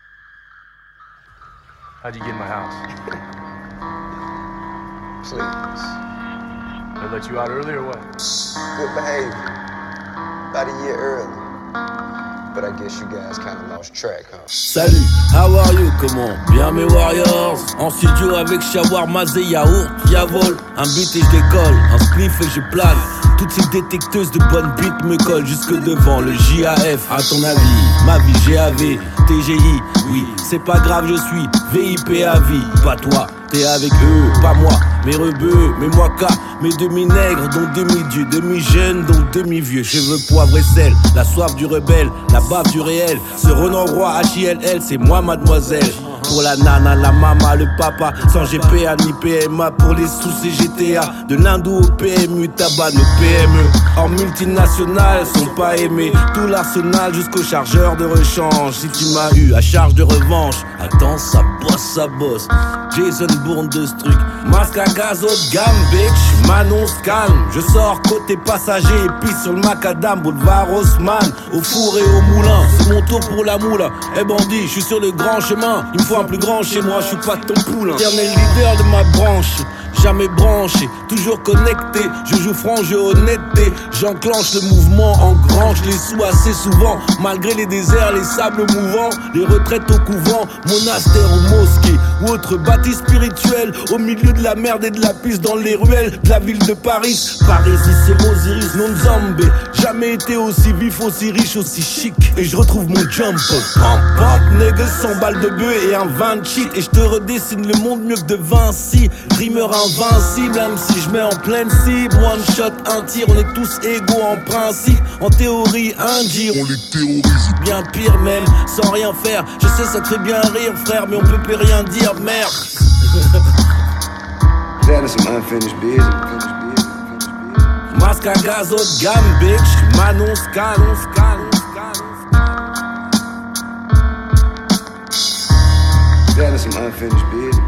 How'd you get in my house? Please. They let you out early or what? Good behavior. About a year early. But I guess you guys kind of lost track, huh? Salut, how are you? Comment? Bien mes warriors. En studio avec shawarma et yaourt. Y'a vol, un beat et je décolle. Un spliff et je plane. Toutes ces détecteuses de bonnes beats me collent jusque devant le J A F. À ton avis, ma vie G A V, T G I. Oui, c'est pas grave, je suis V I P à vie. Pas toi, t'es avec eux, pas moi. Mes rebeux, mes moicas, mes demi-nègres, dont demi-dieux, demi-jeunes, dont demi-vieux. Cheveux, poivre et sel, la soif du rebelle, la bave du réel. Ce Renan Roi H I L L, c'est moi mademoiselle. Pour la nana, la mama, le papa, sans G P A ni P M A. Pour les sous c'est G T A, de l'Indo au P M U, tabac, nos P M E. En multinationales, sont pas aimés. Tout l'arsenal jusqu'au chargeur de rechange. Si tu m'as eu à charge de revanche, attends, ça bosse, ça bosse. Jason Bourne de ce truc. Masque à gaz haut de gamme, bitch. Manon se calme. Je sors côté passager et pisse sur le macadam. Boulevard Haussmann, au four et au moulin. C'est mon tour pour la moula. Eh bandit, je suis sur le grand chemin. Il me faut un plus grand chez moi, je suis pas ton poulain. Éternel leader de ma branche. Jamais branché, toujours connecté. Je joue franc jeu honnêteté. J'enclenche le mouvement, engrange les sous assez souvent. Malgré les déserts, les sables mouvants, les retraites au couvent, monastère ou mosquée ou autre bâtisse spirituelle. Au milieu de la merde et de la piste dans les ruelles de la ville de Paris. Paris, c'est Osiris, non Zambé. Jamais été aussi vif, aussi riche, aussi chic. Et je retrouve mon jump. Pump, pump, nigga, cent balles de bœuf et un vin de shit. Et je te redessine le monde mieux que de Vinci. Rimeur invincible, même si je mets en pleine cible. One shot, un tir, on est tous égaux en principe. En théorie, un gire, on les terrorise. Bien pire même, sans rien faire. Je sais ça te fait bien rire frère, mais on peut plus rien dire, merde. That is some unfinished business. Masque à gaz haut de gamme, bitch. Manon scan, on scan, on scan. That is some unfinished business.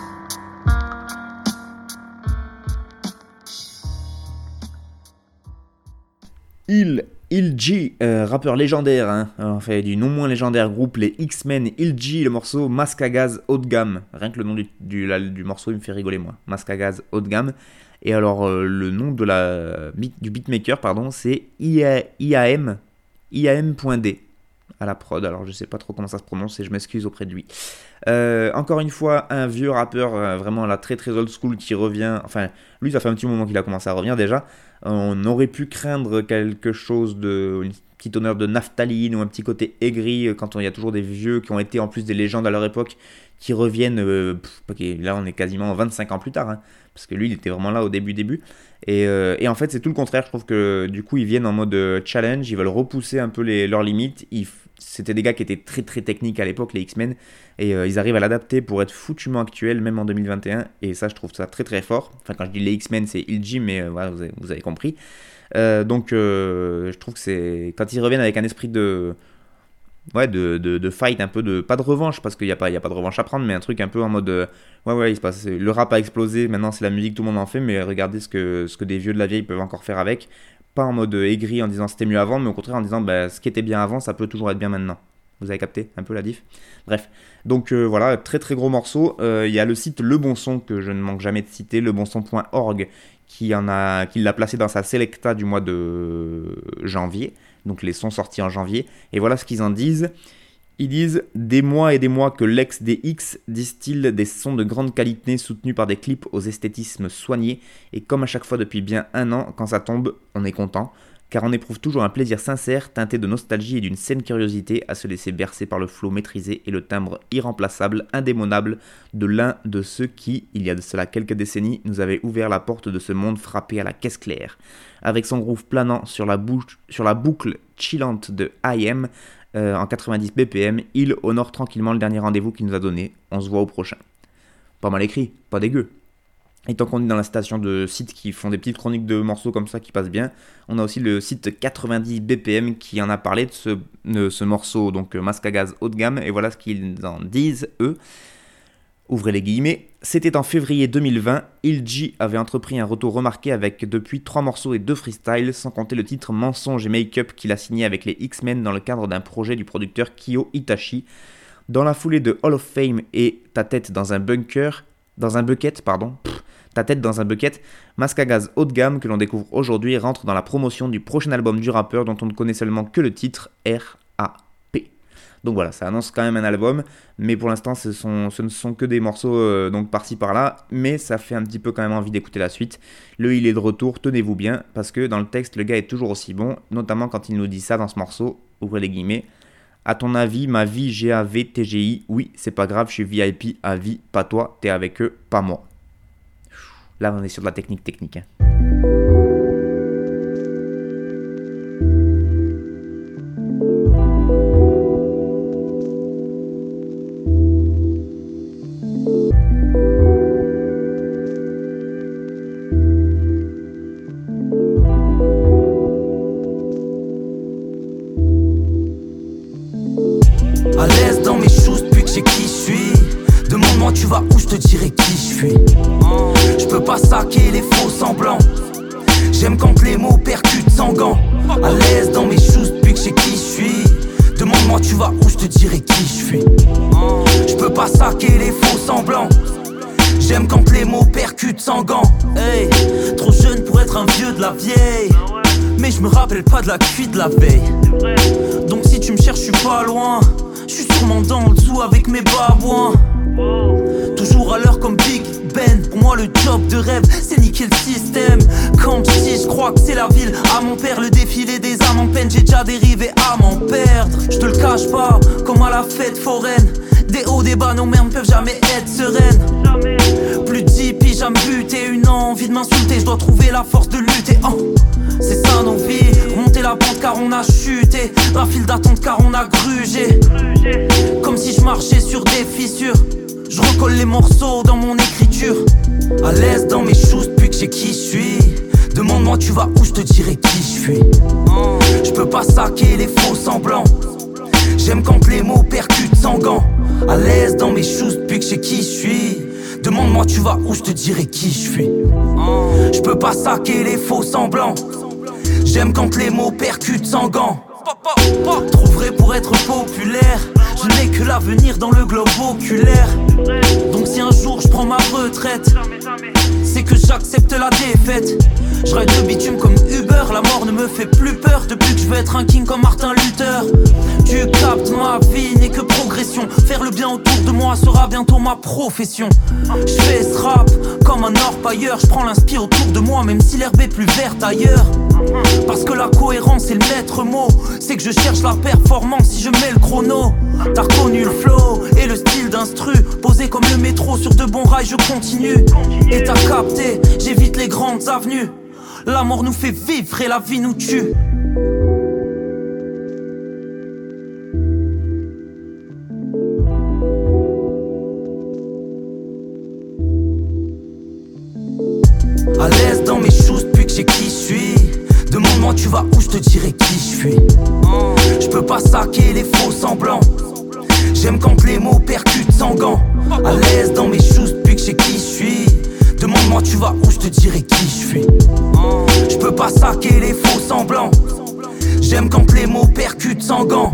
Il, Il G, euh, rappeur légendaire, hein, enfin du non moins légendaire groupe les X-Men. Il G, le morceau Masque à gaz haut de gamme. Rien que le nom du, du, la, du morceau il me fait rigoler moi. Masque à gaz haut de gamme. Et alors euh, le nom de la, du beatmaker pardon, c'est I A M I A M.D à la prod. Alors je sais pas trop comment ça se prononce et je m'excuse auprès de lui. Euh, encore une fois un vieux rappeur euh, vraiment là très très old school qui revient. Enfin lui ça fait un petit moment qu'il a commencé à revenir déjà. On aurait pu craindre quelque chose de une petite honneur de naphtaline ou un petit côté aigri quand il y a toujours des vieux qui ont été en plus des légendes à leur époque qui reviennent. Euh, pff, okay, là on est quasiment vingt-cinq ans plus tard. Hein. Parce que lui, il était vraiment là au début, début. Et, euh, et en fait, c'est tout le contraire. Je trouve que du coup, ils viennent en mode challenge. Ils veulent repousser un peu les, leurs limites. Ils, c'était des gars qui étaient très très techniques à l'époque, les X-Men. Et euh, ils arrivent à l'adapter pour être foutument actuels, même en deux mille vingt et un. Et ça, je trouve ça très très fort. Enfin, quand je dis les X-Men, c'est Il G, mais euh, voilà, vous avez, vous avez compris. Euh, donc, euh, je trouve que c'est. Quand ils reviennent avec un esprit de. Ouais, de, de, de fight, un peu de. Pas de revanche, parce qu'il n'y a, a pas de revanche à prendre, mais un truc un peu en mode. Euh, ouais, ouais, il se passe. Le rap a explosé, maintenant c'est la musique, tout le monde en fait, mais regardez ce que, ce que des vieux de la vieille peuvent encore faire avec. Pas en mode aigri en disant c'était mieux avant, mais au contraire en disant bah, ce qui était bien avant, ça peut toujours être bien maintenant. Vous avez capté un peu la diff? Bref. Donc euh, voilà, très très gros morceau. Il euh, y a le site Le Bon Son, que je ne manque jamais de citer, lebonson point org, qui, en a, qui l'a placé dans sa Selecta du mois de janvier, donc les sons sortis en janvier, et voilà ce qu'ils en disent. Ils disent « Des mois et des mois que l'ex D X distille des sons de grande qualité soutenus par des clips aux esthétismes soignés, et comme à chaque fois depuis bien un an, quand ça tombe, on est content, car on éprouve toujours un plaisir sincère, teinté de nostalgie et d'une saine curiosité à se laisser bercer par le flow maîtrisé et le timbre irremplaçable, indémodable de l'un de ceux qui, il y a de cela quelques décennies, nous avait ouvert la porte de ce monde frappé à la caisse claire. Avec son groove planant sur la, bouche, sur la boucle chillante de I M, Euh, en quatre-vingt-dix B P M, il honore tranquillement le dernier rendez-vous qu'il nous a donné. On se voit au prochain. Pas mal écrit, pas dégueu. Et tant qu'on est dans la station de sites qui font des petites chroniques de morceaux comme ça qui passent bien, on a aussi le site quatre-vingt-dix B P M qui en a parlé de ce, de ce morceau, donc masque à gaz haut de gamme, et voilà ce qu'ils en disent, eux. Ouvrez les guillemets. C'était en février deux mille vingt, Ilji avait entrepris un retour remarqué avec depuis trois morceaux et deux freestyles, sans compter le titre Mensonge et Make-up qu'il a signé avec les X-Men dans le cadre d'un projet du producteur Kyo Itachi. Dans la foulée de Hall of Fame et Ta tête dans un bunker, dans un bucket, pardon, pff, Ta tête dans un bucket, masque à gaz haut de gamme que l'on découvre aujourd'hui rentre dans la promotion du prochain album du rappeur dont on ne connaît seulement que le titre R A P. Donc voilà, ça annonce quand même un album, mais pour l'instant ce, sont, ce ne sont que des morceaux euh, donc par-ci par-là, mais ça fait un petit peu quand même envie d'écouter la suite. Le il est de retour, tenez-vous bien, parce que dans le texte le gars est toujours aussi bon, notamment quand il nous dit ça dans ce morceau, ouvrez les guillemets. À ton avis, ma vie G A V T G I, oui c'est pas grave, je suis V I P à vie, pas toi, t'es avec eux, pas moi. Là on est sur de la technique technique. Hein. Tu vas où je te dirai qui je suis. Je peux pas saquer les faux semblants. J'aime quand les mots percutent sans gants. À l'aise dans mes shoes depuis que je sais qui je suis. Demande-moi tu vas où je te dirai qui je suis. Je peux pas saquer les faux semblants. J'aime quand les mots percutent sans gants. Hey, trop jeune pour être un vieux de la vieille. Mais je me rappelle pas de la cuite de la veille. Donc si tu me cherches je suis pas loin. Je suis sûrement dans le zoo avec mes babouins. Toujours à l'heure comme Big Ben. Pour moi le job de rêve c'est niquer le système. Quand je dis je crois que c'est la ville à mon père, le défilé des âmes en peine. J'ai déjà dérivé à m'en perdre. Je te le cache pas, comme à la fête foraine. Des hauts, des bas, nos mères ne peuvent jamais être sereines. Plus de dix piges à me buter, une envie de m'insulter. Je dois trouver la force de lutter. Oh, c'est ça nos vies. Remonter la pente car on a chuté. La file d'attente car on a grugé. Comme si je marchais sur des fissures. Je recolle les morceaux dans mon écriture. À l'aise dans mes shoes depuis que j'ai qui je suis. Demande-moi tu vas où je te dirai qui je suis. Je peux pas saquer les faux semblants. J'aime quand les mots percutent sans gants. À l'aise dans mes shoes depuis que j'ai qui je suis. Demande-moi tu vas où je te dirai qui je suis. Je peux pas saquer les faux semblants. J'aime quand les mots percutent sans gants. Trop vrai pour être populaire. Je n'ai que l'avenir dans le globe oculaire. Donc si un jour je prends ma retraite, c'est que j'accepte la défaite. Je ride le bitume comme Uber. La mort ne me fait plus peur depuis que je veux être un king comme Martin Luther. Tu captes, ma vie n'est que progression. Faire le bien autour de moi sera bientôt ma profession. Je fais ce rap comme un orpailleur. Je prends l'inspire autour de moi même si l'herbe est plus verte ailleurs. Parce que la cohérence est le maître mot. C'est que je cherche la performance si je mets le chrono. T'as reconnu le flow et le style d'instru. Posé comme le métro sur de bons rails je continue. Et t'as capté, j'évite les grandes avenues. La mort nous fait vivre et la vie nous tue. À l'aise dans mes shoes depuis que j'ai qui je suis. Demande-moi tu vas où je te dirai qui je suis. Je peux pas saquer les faux semblants. J'aime quand les mots percutent sans gants. À l'aise dans mes shoes depuis que j'ai qui je suis. Demande-moi tu vas où je te dirai qui je suis. Je peux pas saquer les faux semblants. J'aime quand les mots percutent sans gants.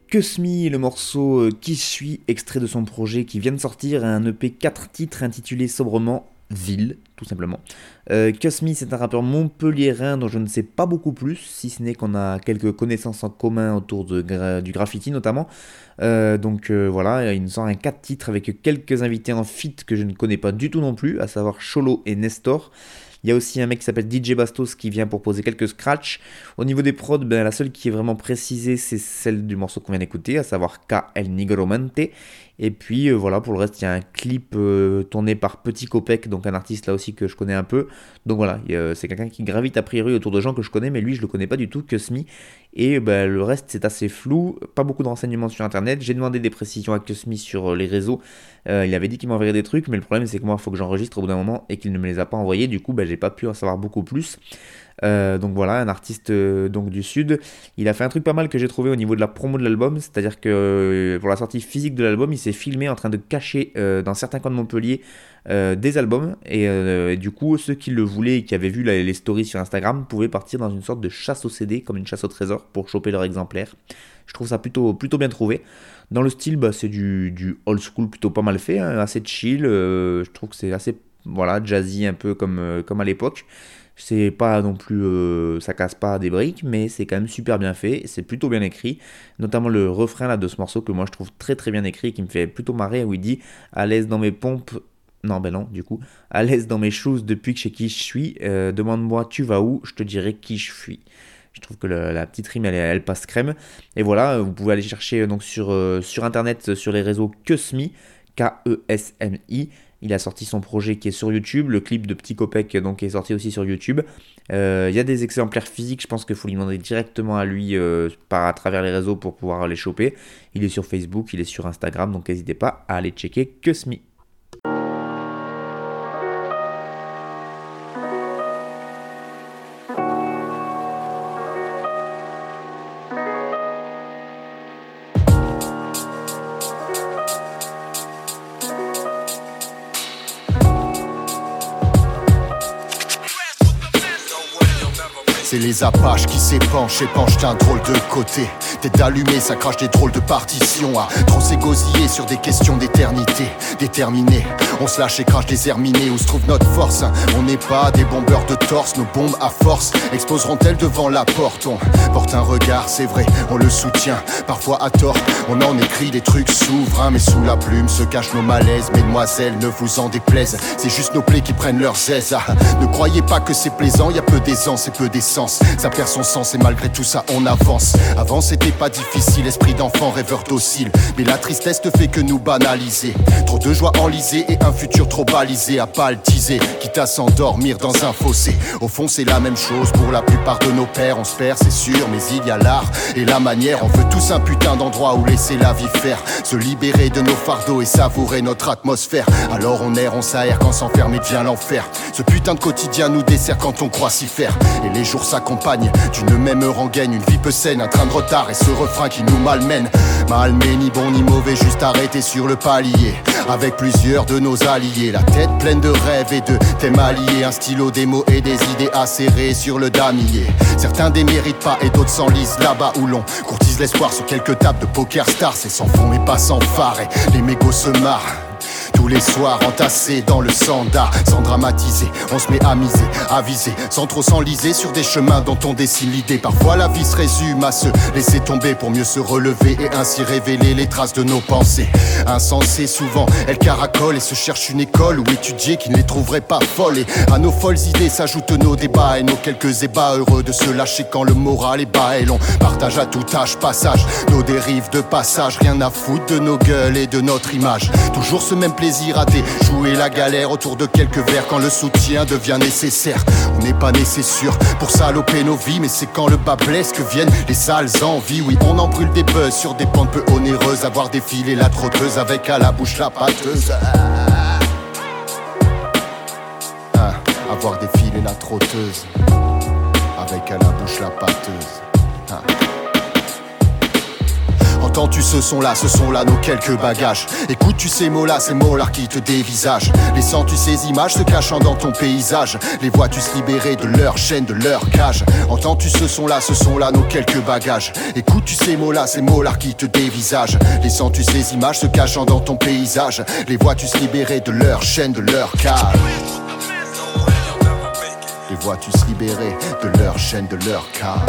Kusmi, le morceau euh, Qui je suis, extrait de son projet qui vient de sortir, un E P quatre titres intitulé sobrement Ville, tout simplement. Euh, Kusmi, c'est un rappeur montpelliérain dont je ne sais pas beaucoup plus, si ce n'est qu'on a quelques connaissances en commun autour de gra- du graffiti notamment. Euh, donc euh, voilà, il nous sort un quatre titres avec quelques invités en feat que je ne connais pas du tout non plus, à savoir Cholo et Nestor. Il y a aussi un mec qui s'appelle D J Bastos qui vient pour poser quelques scratchs. Au niveau des prods, ben, la seule qui est vraiment précisée, c'est celle du morceau qu'on vient d'écouter, à savoir K El Nigromante. Et puis euh, voilà, pour le reste, il y a un clip euh, tourné par Petit Copec, donc un artiste là aussi que je connais un peu. Donc voilà, euh, c'est quelqu'un qui gravite a priori autour de gens que je connais, mais lui je le connais pas du tout, Kusmi. Et ben, le reste c'est assez flou, pas beaucoup de renseignements sur internet. J'ai demandé des précisions à Kusmi sur euh, les réseaux. Euh, il avait dit qu'il m'enverrait des trucs, mais le problème c'est que moi il faut que j'enregistre au bout d'un moment et qu'il ne me les a pas envoyés. Du coup, ben, j'ai pas pu en savoir beaucoup plus. Euh, donc voilà, un artiste euh, donc du sud. Il a fait un truc pas mal que j'ai trouvé au niveau de la promo de l'album, c'est-à-dire que euh, pour la sortie physique de l'album, il s'est filmé en train de cacher euh, dans certains coins de Montpellier euh, des albums, et, euh, et du coup ceux qui le voulaient et qui avaient vu la, les stories sur Instagram pouvaient partir dans une sorte de chasse au C D, comme une chasse au trésor, pour choper leur exemplaire. Je trouve ça plutôt, plutôt bien trouvé. Dans le style, bah, c'est du, du old school plutôt pas mal fait, hein, assez chill. Euh, je trouve que c'est assez voilà, jazzy un peu comme, euh, comme à l'époque. C'est pas non plus, euh, ça casse pas des briques, mais c'est quand même super bien fait, c'est plutôt bien écrit, notamment le refrain là de ce morceau que moi je trouve très très bien écrit, qui me fait plutôt marrer, où il dit « à l'aise dans mes pompes », non ben non du coup, « à l'aise dans mes choses depuis que je sais qui je suis, euh, demande-moi tu vas où, je te dirai qui je suis ». Je trouve que le, la petite rime elle, elle passe crème, et voilà, vous pouvez aller chercher donc sur, euh, sur internet, sur les réseaux Kusmi, K E S M I. Il a sorti son projet qui est sur YouTube, le clip de Petit Copec donc est sorti aussi sur YouTube. Euh, il y a des exemplaires physiques, je pense qu'il faut lui demander directement à lui euh, par à travers les réseaux pour pouvoir les choper. Il est sur Facebook, il est sur Instagram, donc n'hésitez pas à aller checker Kusmi. C'est les Apaches qui s'épanchent, épanchent d'un drôle de côté. Tête allumée, ça crache des drôles de partitions. À trop s'égosiller sur des questions d'éternité. Déterminés, on se lâche et crache des herminés. Où se trouve notre force, hein? On n'est pas des bombeurs de torse. Nos bombes à force exploseront-elles devant la porte? On porte un regard, c'est vrai, on le soutient. Parfois à tort, on en écrit des trucs souverains. Mais sous la plume se cachent nos malaises. Mesdemoiselles, ne vous en déplaise, c'est juste nos plaies qui prennent leur aise. Ah, ne croyez pas que c'est plaisant, y a peu d'aisance et peu d'essence. Ça perd son sens et malgré tout ça on avance. Avant c'était pas difficile, esprit d'enfant rêveur docile. Mais la tristesse te fait que nous banaliser. Trop de joie enlisée et un futur trop balisé à paltiser, quitte à s'endormir dans un fossé. Au fond c'est la même chose pour la plupart de nos pères. On se perd c'est sûr, mais il y a l'art et la manière. On veut tous un putain d'endroit où laisser la vie faire, se libérer de nos fardeaux et savourer notre atmosphère. Alors on erre, on s'aère quand s'enfermer devient l'enfer. Ce putain de quotidien nous dessert quand on croit s'y faire. Et les jours s'accompagnent d'une même rengaine. Une vie peu saine, un train de retard et ce refrain qui nous malmène. Malmène, ni bon ni mauvais, juste arrêté sur le palier. Avec plusieurs de nos alliés, la tête pleine de rêves et de thèmes alliés. Un stylo, des mots et des idées acérées sur le damier. Certains déméritent pas et d'autres s'enlisent là-bas où l'on courtise l'espoir sur quelques tables de poker star. C'est sans fond et pas sans phare et les mégots se marrent. Tous les soirs entassés dans le sandar, sans dramatiser, on se met à miser, à viser, sans trop s'enliser sur des chemins dont on dessine l'idée. Parfois la vie se résume à se laisser tomber pour mieux se relever et ainsi révéler les traces de nos pensées. Insensées souvent, elles caracolent et se cherchent une école où étudier qui ne les trouverait pas folles. Et à nos folles idées s'ajoutent nos débats et nos quelques ébats, heureux de se lâcher quand le moral est bas. Et l'on partage à tout âge, passage, nos dérives de passage, rien à foutre de nos gueules et de notre image. Toujours ce même plaisir à déjouer la galère autour de quelques verres quand le soutien devient nécessaire. On n'est pas nécessaire pour saloper nos vies, mais c'est quand le bas blesse que viennent les sales envies. Oui, on en brûle des buzz sur des pentes peu onéreuses. Avoir défilé la trotteuse avec à la bouche la pâteuse. Ah, avoir défilé la trotteuse avec à la bouche la pâteuse. Ah. Entends-tu ce son-là, ce son-là, nos quelques bagages. Écoutes-tu ces mots-là, ces mots-là qui te dévisagent. Les sens-tu ces images se cachant dans ton paysage. Les vois-tu se libérer de leur chaîne, de leur cage. Entends-tu ce son-là, ce son-là, nos quelques bagages. Écoutes-tu ces mots-là, ces mots-là qui te dévisagent. Les sens-tu ces images se cachant dans ton paysage. Les vois-tu se libérer de leur chaîne, de leur cage. Les vois-tu se libérer de leur chaîne, de leur cage.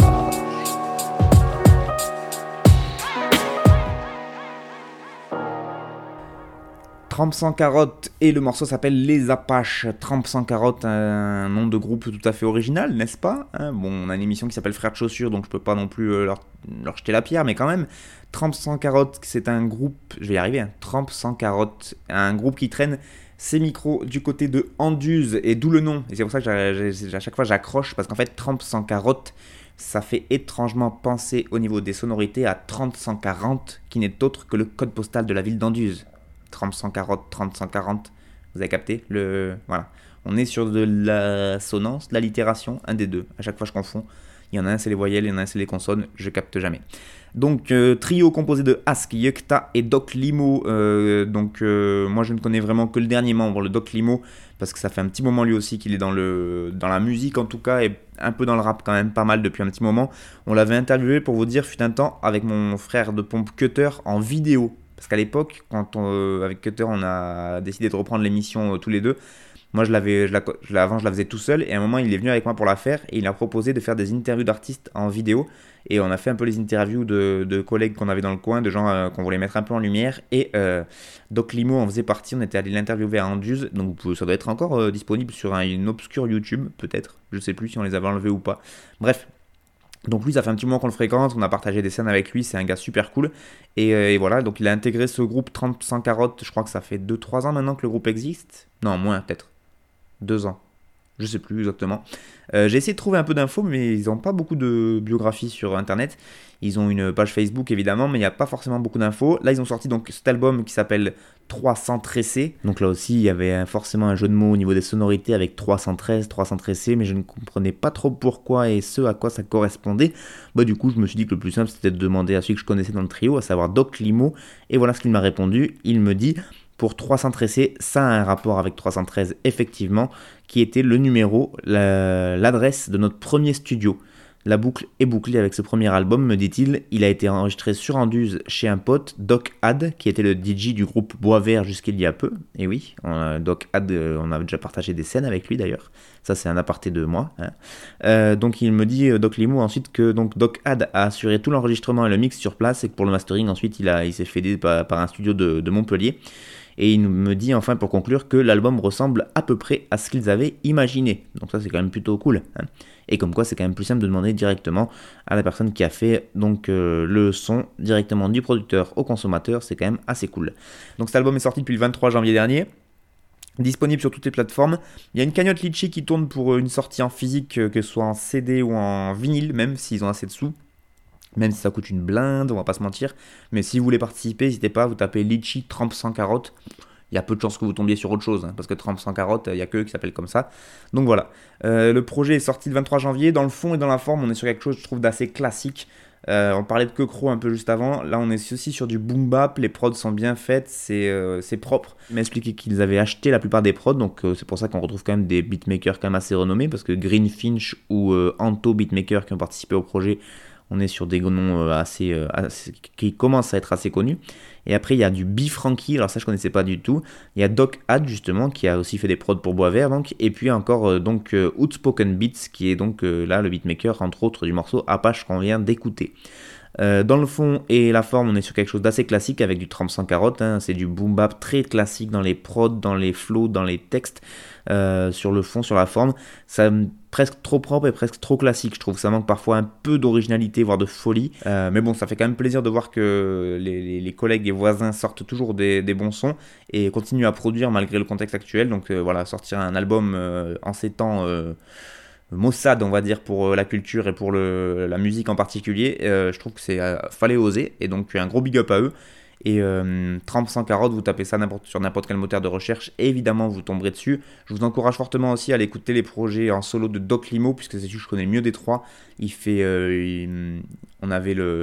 Trempe sans carotte et le morceau s'appelle Les Apaches. Trempe sans carotte, un nom de groupe tout à fait original, n'est-ce pas, hein? Bon, on a une émission qui s'appelle Frères de Chaussures, donc je peux pas non plus euh, leur, leur jeter la pierre, mais quand même. Trempe sans carotte, c'est un groupe, je vais y arriver, hein. Trempe sans carotte, un groupe qui traîne ses micros du côté de Anduze, et d'où le nom. Et c'est pour ça que à chaque fois j'accroche, parce qu'en fait, Trempe sans carotte, ça fait étrangement penser au niveau des sonorités à trente cent quarante, qui n'est autre que le code postal de la ville d'Anduze. trente cent quarante, trente cent quarante, vous avez capté le... Voilà, on est sur de l'assonance, de l'allitération, un des deux, à chaque fois je confonds. Il y en a un c'est les voyelles, il y en a un c'est les consonnes, je capte jamais. Donc euh, trio composé de Ask, Yukta et Doc Limo. Euh, donc euh, moi je ne connais vraiment que le dernier membre, le Doc Limo, parce que ça fait un petit moment lui aussi qu'il est dans, le, dans la musique en tout cas, et un peu dans le rap quand même, pas mal depuis un petit moment. On l'avait interviewé pour vous dire, fut un temps, avec mon frère de pompe Cutter en vidéo. Parce qu'à l'époque, quand on, euh, avec Cutter, on a décidé de reprendre l'émission euh, tous les deux. Moi, je l'avais, je la, je la, avant, je la faisais tout seul. Et à un moment, il est venu avec moi pour la faire. Et il a proposé de faire des interviews d'artistes en vidéo. Et on a fait un peu les interviews de, de collègues qu'on avait dans le coin, de gens euh, qu'on voulait mettre un peu en lumière. Et euh, Doc Limo en faisait partie. On était allé l'interviewer à Anduze. Donc ça doit être encore euh, disponible sur un, une obscure YouTube, peut-être. Je sais plus si on les avait enlevés ou pas. Bref. Donc lui, ça fait un petit moment qu'on le fréquente, on a partagé des scènes avec lui, c'est un gars super cool. Et, euh, et voilà, donc il a intégré ce groupe Trempe sans carotte, je crois que ça fait deux trois ans maintenant que le groupe existe. Non, moins peut-être. deux ans. Je sais plus exactement. Euh, j'ai essayé de trouver un peu d'infos, mais ils n'ont pas beaucoup de biographies sur internet. Ils ont une page Facebook évidemment, mais il n'y a pas forcément beaucoup d'infos. Là, ils ont sorti donc cet album qui s'appelle trois cent tressés. Donc là aussi, il y avait forcément un jeu de mots au niveau des sonorités avec trois cent treize, trois cent tressés, mais je ne comprenais pas trop pourquoi et ce à quoi ça correspondait. Bah du coup, je me suis dit que le plus simple, c'était de demander à celui que je connaissais dans le trio, à savoir Doc Limo. Et voilà ce qu'il m'a répondu. Il me dit... Pour trois cent tressés, ça a un rapport avec trois cent treize, effectivement, qui était le numéro, la, l'adresse de notre premier studio. La boucle est bouclée avec ce premier album, me dit-il. Il a été enregistré sur Anduze chez un pote, Doc Had, qui était le D J du groupe Bois Vert jusqu'il y a peu. Et oui, on, Doc Had, on a déjà partagé des scènes avec lui d'ailleurs. Ça, c'est un aparté de moi. Hein. Euh, donc, il me dit, Doc Limo, ensuite que donc, Doc Had a assuré tout l'enregistrement et le mix sur place et que pour le mastering, ensuite, il, a, il s'est fait aider par, par un studio de, de Montpellier. Et il me dit enfin pour conclure que l'album ressemble à peu près à ce qu'ils avaient imaginé. Donc ça c'est quand même plutôt cool. Hein. Et comme quoi c'est quand même plus simple de demander directement à la personne qui a fait donc euh, le son directement du producteur au consommateur. C'est quand même assez cool. Donc cet album est sorti depuis le vingt-trois janvier dernier. Disponible sur toutes les plateformes. Il y a une cagnotte Litchi qui tourne pour une sortie en physique, que ce soit en C D ou en vinyle, même s'ils ont assez de sous. Même si ça coûte une blinde, on va pas se mentir. Mais si vous voulez participer, n'hésitez pas, vous tapez Litchi Trempe sans carotte. Il y a peu de chances que vous tombiez sur autre chose, hein, parce que Trempe sans carotte, il n'y a que eux qui s'appellent comme ça. Donc voilà. Euh, le projet est sorti le vingt-trois janvier. Dans le fond et dans la forme, on est sur quelque chose, je trouve, d'assez classique. Euh, on parlait de Kekro un peu juste avant. Là, on est aussi sur du boom bap. Les prods sont bien faites, c'est, euh, c'est propre. Ils m'ont expliqué qu'ils avaient acheté la plupart des prods, donc euh, c'est pour ça qu'on retrouve quand même des beatmakers quand même assez renommés, parce que Greenfinch ou euh, Anto Beatmaker qui ont participé au projet, on est sur des noms assez, assez, qui commencent à être assez connus. Et après, il y a du B-Frankie, alors ça, je ne connaissais pas du tout. Il y a Doc Had, justement, qui a aussi fait des prods pour Bois Vert. Donc. Et puis encore donc, euh, Outspoken Beats, qui est donc euh, là le beatmaker, entre autres, du morceau Apache qu'on vient d'écouter. Euh, dans le fond et la forme, on est sur quelque chose d'assez classique avec du Trempe sans carotte. Hein. C'est du boom bap très classique dans les prods, dans les flows, dans les textes. Euh, sur le fond, sur la forme, ça presque trop propre et presque trop classique. Je trouve que ça manque parfois un peu d'originalité, voire de folie. Euh, mais bon, ça fait quand même plaisir de voir que les, les, les collègues et voisins sortent toujours des, des bons sons et continuent à produire malgré le contexte actuel. Donc euh, voilà, sortir un album euh, en ces temps euh, maussade, on va dire, pour la culture et pour le, la musique en particulier, euh, je trouve que c'est euh, fallait oser. Et donc un gros big up à eux. Et euh, Trempe sans carotte, vous tapez ça n'importe, sur n'importe quel moteur de recherche, et évidemment vous tomberez dessus. Je vous encourage fortement aussi à aller écouter les projets en solo de Doc Limo, puisque c'est celui que je connais le mieux des trois. Il fait, euh, il, on avait le,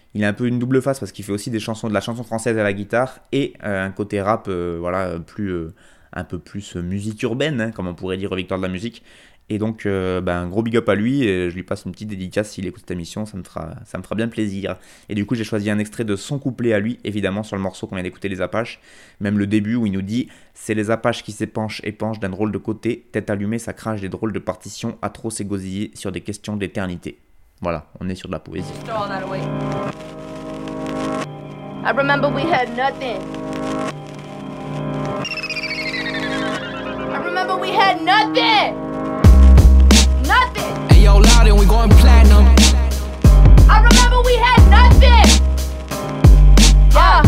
il a un peu une double face parce qu'il fait aussi des chansons, de la chanson française à la guitare et euh, un côté rap, euh, voilà, plus, euh, un peu plus euh, musique urbaine, hein, comme on pourrait dire au Victoire de la musique. Et donc, euh, ben, gros big up à lui, et je lui passe une petite dédicace s'il écoute cette émission, ça me fera, ça me fera bien plaisir. Et du coup, j'ai choisi un extrait de son couplet à lui, évidemment, sur le morceau qu'on vient d'écouter, Les Apaches. Même le début où il nous dit « C'est les Apaches qui s'épanchent et penchent d'un drôle de côté, tête allumée, ça crache des drôles de partitions, à trop s'égosiller sur des questions d'éternité. » Voilà, on est sur de la poésie. I remember we had nothing. I remember we had nothing. Nothing. Hey yo, Loudon, we going platinum. I remember we had nothing. Yeah.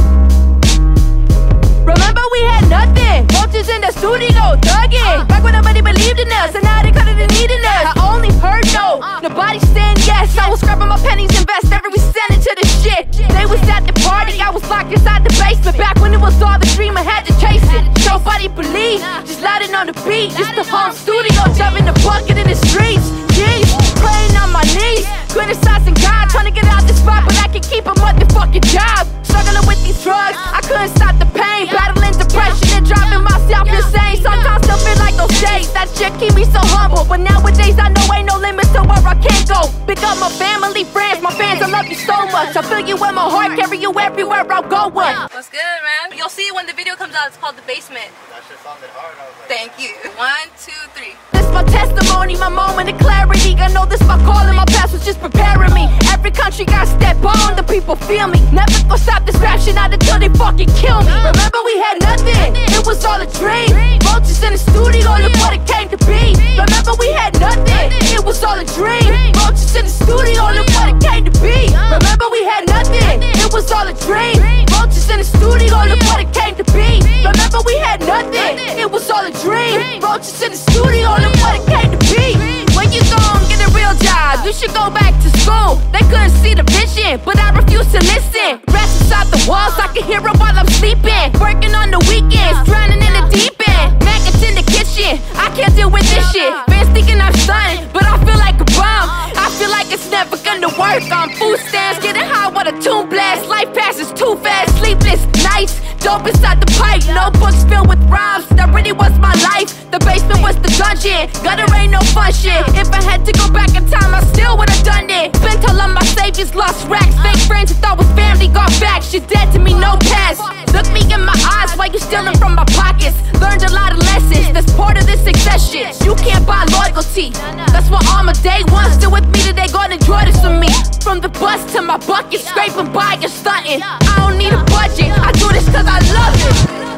Remember we had nothing. Vultures in the studio, thugging. Back when nobody believed in us, and now they cut it and needing us. I only heard no, nobody saying yes. I was scrapping my pennies, invest every cent into the shit. They was at the party, I was locked inside the basement. Back when it was all the dream, I had to chase it. Nobody believed, just louding on the beat. Just the home studio, jumping the bucket in the streets. Jeez, praying on my knees, criticizing God, trying to get out this spot, but I can keep a motherfucking job. Struggling with these drugs, I couldn't stop the pain. Battling depression and driving myself insane. Sometimes still feel like those days, that shit keep me so humble. But nowadays I know ain't no limits to where I can go. Pick up my family, friends, my fans, I love you so much. I feel you in my heart, carry you everywhere I go. What's good, man? You'll see when the video comes out, it's called The Basement. That shit sounded hard. Thank you. One, two, three. This my testimony, my moment of clarity. I know this my calling, my past was just preparing me. Every country got step on, the people feel me. Never gonna stop this rap shit out until they fucking kill me. Remember we had nothing, it was all a dream. Vultures in the studio, look what it came to be. Remember we had nothing, it was all a dream. Vultures in the studio, look what it came to be. Remember we had nothing, it was all a dream. Vultures in the studio, look what it came to be. Remember we had nothing, it was all a dream. Vultures in the studio, look what it came to be. When you gon' get a real job, you should go back to school. They couldn't see the vision, but I refuse to listen. Rats inside the walls, I can hear it while I'm sleeping. Working on the weekends, drowning in the deep end. Maggots in the kitchen, I can't deal with this shit. Fans thinking I'm stunning, but I feel like a bomb. I feel like it's never gonna work. On food stamps, getting high with a tune blast. Life passes too fast, sleepless nights. Dope inside the pipe, notebooks filled with rhymes. That really was my life. The basement was the dungeon. Gutter ain't no fun shit. If I had to go back in time, I still would've done it. Been told all my saviors lost racks. Fake friends who thought was family got back. Shit dead to me, no past. Look me in my eyes while you stealing from my pockets. Learned a lot of lessons, that's part of this succession. You can't buy loyalty. That's why all my day ones still with me today gonna enjoy this with me. From the bus to my bucket, scraping by and stunting. I don't need a budget, I do this cause I love it.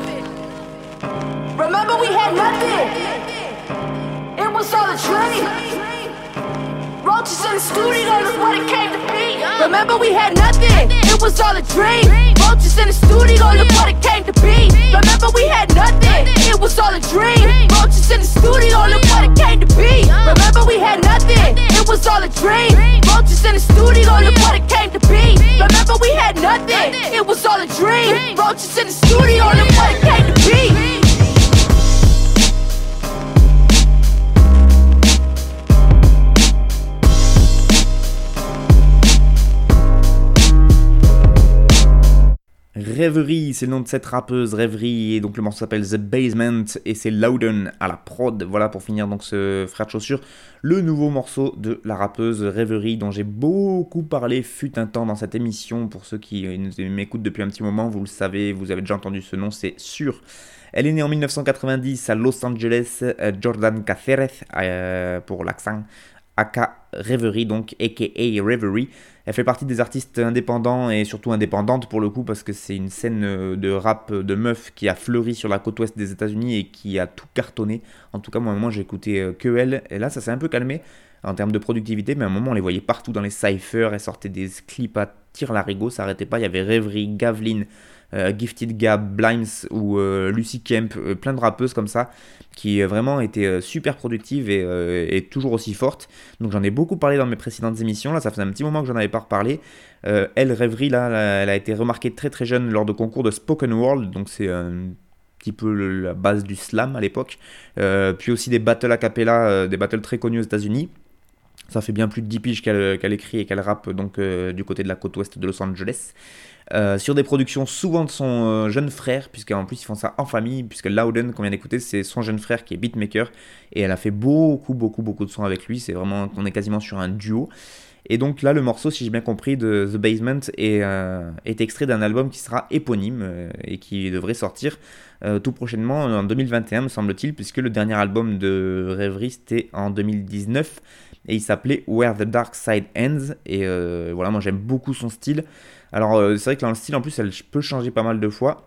Remember we had nothing, it was all a dream. Roaches in the studio, look what it came to be. Remember we had nothing, it was all a dream. Roaches in the studio, look what it came to be. Remember we had nothing, it was all a dream. Roaches in the studio, look what it came to be. Remember we had nothing, it was all a dream. Roaches in the studio, look what it came to be. Remember we had nothing, it was all a dream. Roaches in the studio, look what it came to be. Rêverie, c'est le nom de cette rappeuse, Rêverie, et donc le morceau s'appelle The Basement, et c'est Loudon à la prod. Voilà pour finir donc ce frère de chaussures, le nouveau morceau de la rappeuse Rêverie, dont j'ai beaucoup parlé fut un temps dans cette émission. Pour ceux qui m'écoutent depuis un petit moment, vous le savez, vous avez déjà entendu ce nom, c'est sûr. Elle est née en dix-neuf cent quatre-vingt-dix à Los Angeles, euh, Jordan Cáceres, euh, pour l'accent, aka Rêverie, donc aka Rêverie. Elle fait partie des artistes indépendants et surtout indépendantes pour le coup, parce que c'est une scène de rap de meufs qui a fleuri sur la côte ouest des États-Unis et qui a tout cartonné. En tout cas, moi, à un moment, j'ai écouté que elle, et là, ça s'est un peu calmé en termes de productivité, mais à un moment, on les voyait partout dans les cyphers. Elle sortait des clips à tire-larigot, ça n'arrêtait pas. Il y avait Rêverie, Gavlin, euh, Gifted Gab, Blimes ou euh, Lucy Kemp, euh, plein de rappeuses comme ça, qui euh, vraiment étaient euh, super productives et, euh, et toujours aussi fortes. Donc j'en ai beaucoup parlé dans mes précédentes émissions, là ça faisait un petit moment que j'en avais pas reparlé. Euh, elle, Rêverie, là, elle a été remarquée très très jeune lors de concours de Spoken World, donc c'est un petit peu le, la base du slam à l'époque. Euh, puis aussi des battles a cappella, euh, des battles très connus aux États-Unis. Ça fait bien plus de dix piges qu'elle, qu'elle écrit et qu'elle rappe donc euh, du côté de la côte ouest de Los Angeles. Euh, sur des productions souvent de son euh, jeune frère, puisqu'en plus ils font ça en famille, puisque Loudon qu'on vient d'écouter c'est son jeune frère qui est beatmaker, et elle a fait beaucoup beaucoup beaucoup de sons avec lui, c'est vraiment, on est quasiment sur un duo. Et donc là le morceau, si j'ai bien compris, de The Basement est, euh, est extrait d'un album qui sera éponyme euh, et qui devrait sortir euh, tout prochainement en deux mille vingt et un me semble-t-il, puisque le dernier album de Rêverie c'était en deux mille dix-neuf et il s'appelait Where the Dark Side Ends, et euh, voilà, moi j'aime beaucoup son style. Alors euh, c'est vrai que dans le style en plus elle peut changer pas mal de fois.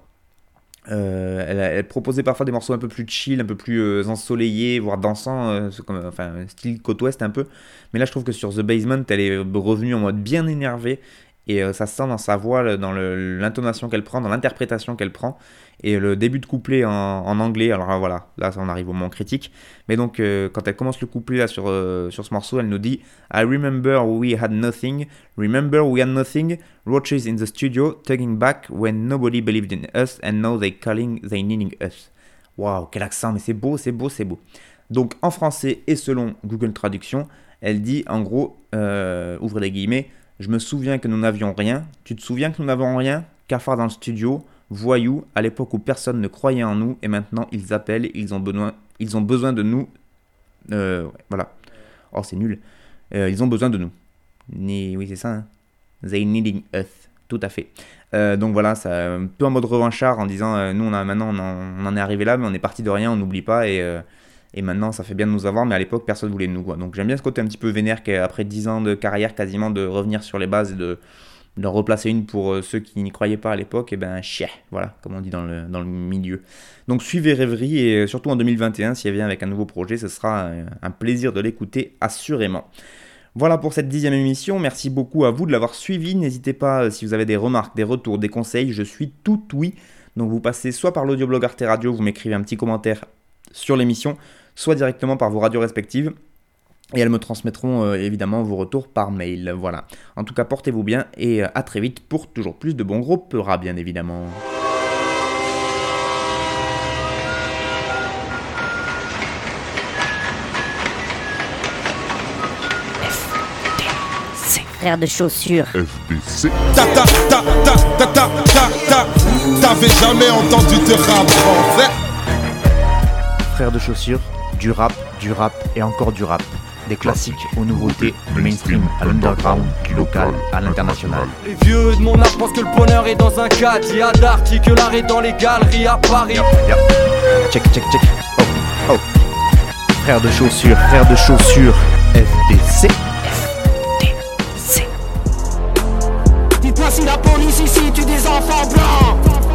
Euh, elle, elle proposait parfois des morceaux un peu plus chill, un peu plus euh, ensoleillés, voire dansants, euh, comme, enfin style côte ouest un peu. Mais là je trouve que sur The Basement elle est revenue en mode bien énervée, et euh, ça se sent dans sa voix, dans le, l'intonation qu'elle prend, dans l'interprétation qu'elle prend. Et le début de couplet en, en anglais, alors là, voilà, là on arrive au moment critique. Mais donc euh, quand elle commence le couplet là, sur, euh, sur ce morceau, elle nous dit I remember we had nothing, remember we had nothing, roaches in the studio, tugging back when nobody believed in us, and now they calling, they needing us. Waouh, quel accent, mais c'est beau, c'est beau, c'est beau. Donc en français et selon Google Traduction, elle dit en gros, euh, ouvrez les guillemets, je me souviens que nous n'avions rien, tu te souviens que nous n'avons rien, cafard dans le studio, voyous, à l'époque où personne ne croyait en nous, et maintenant ils appellent, ils ont besoin, ils ont besoin de nous. Euh, ouais, voilà. Oh, c'est nul. Euh, ils ont besoin de nous. Ni, oui, c'est ça. Hein. They needing us. Tout à fait. Euh, donc voilà, c'est un peu en mode revanchard en disant euh, nous, on a, maintenant, on en, on en est arrivé là, mais on est parti de rien, on n'oublie pas, et, euh, et maintenant, ça fait bien de nous avoir, mais à l'époque, personne ne voulait de nous. Quoi. Donc j'aime bien ce côté un petit peu vénère qu'après dix ans de carrière, quasiment, de revenir sur les bases et de. d'en replacer une pour euh, ceux qui n'y croyaient pas à l'époque, et ben chier, voilà, comme on dit dans le, dans le milieu. Donc suivez Rêverie, et euh, surtout en deux mille vingt et un, si elle vient avec un nouveau projet, ce sera euh, un plaisir de l'écouter, assurément. Voilà pour cette dixième émission, merci beaucoup à vous de l'avoir suivi, n'hésitez pas, euh, si vous avez des remarques, des retours, des conseils, je suis tout oui, donc vous passez soit par l'audioblog Arte Radio, vous m'écrivez un petit commentaire sur l'émission, soit directement par vos radios respectives, et elles me transmettront euh, évidemment vos retours par mail. Voilà. En tout cas, portez-vous bien et euh, à très vite pour toujours plus de bons gros peuras, bien évidemment. C'est frère de chaussures. F D C. Ta ta ta ta ta ta ta ta. T'avais jamais entendu de rap français. Frère de chaussures, du rap, du rap et encore du rap. Des classiques aux nouveautés, du mainstream à l'underground, du local à l'international. Les vieux de mon âge pensent que le bonheur est dans un cadre. Il y a d'Arty que l'art est dans les galeries à Paris. Yep, yep. Check, check, check. Oh, oh. Frère de chaussures, frère de chaussures, F D C. F D C. Dites-moi si la police ici tue des enfants blancs.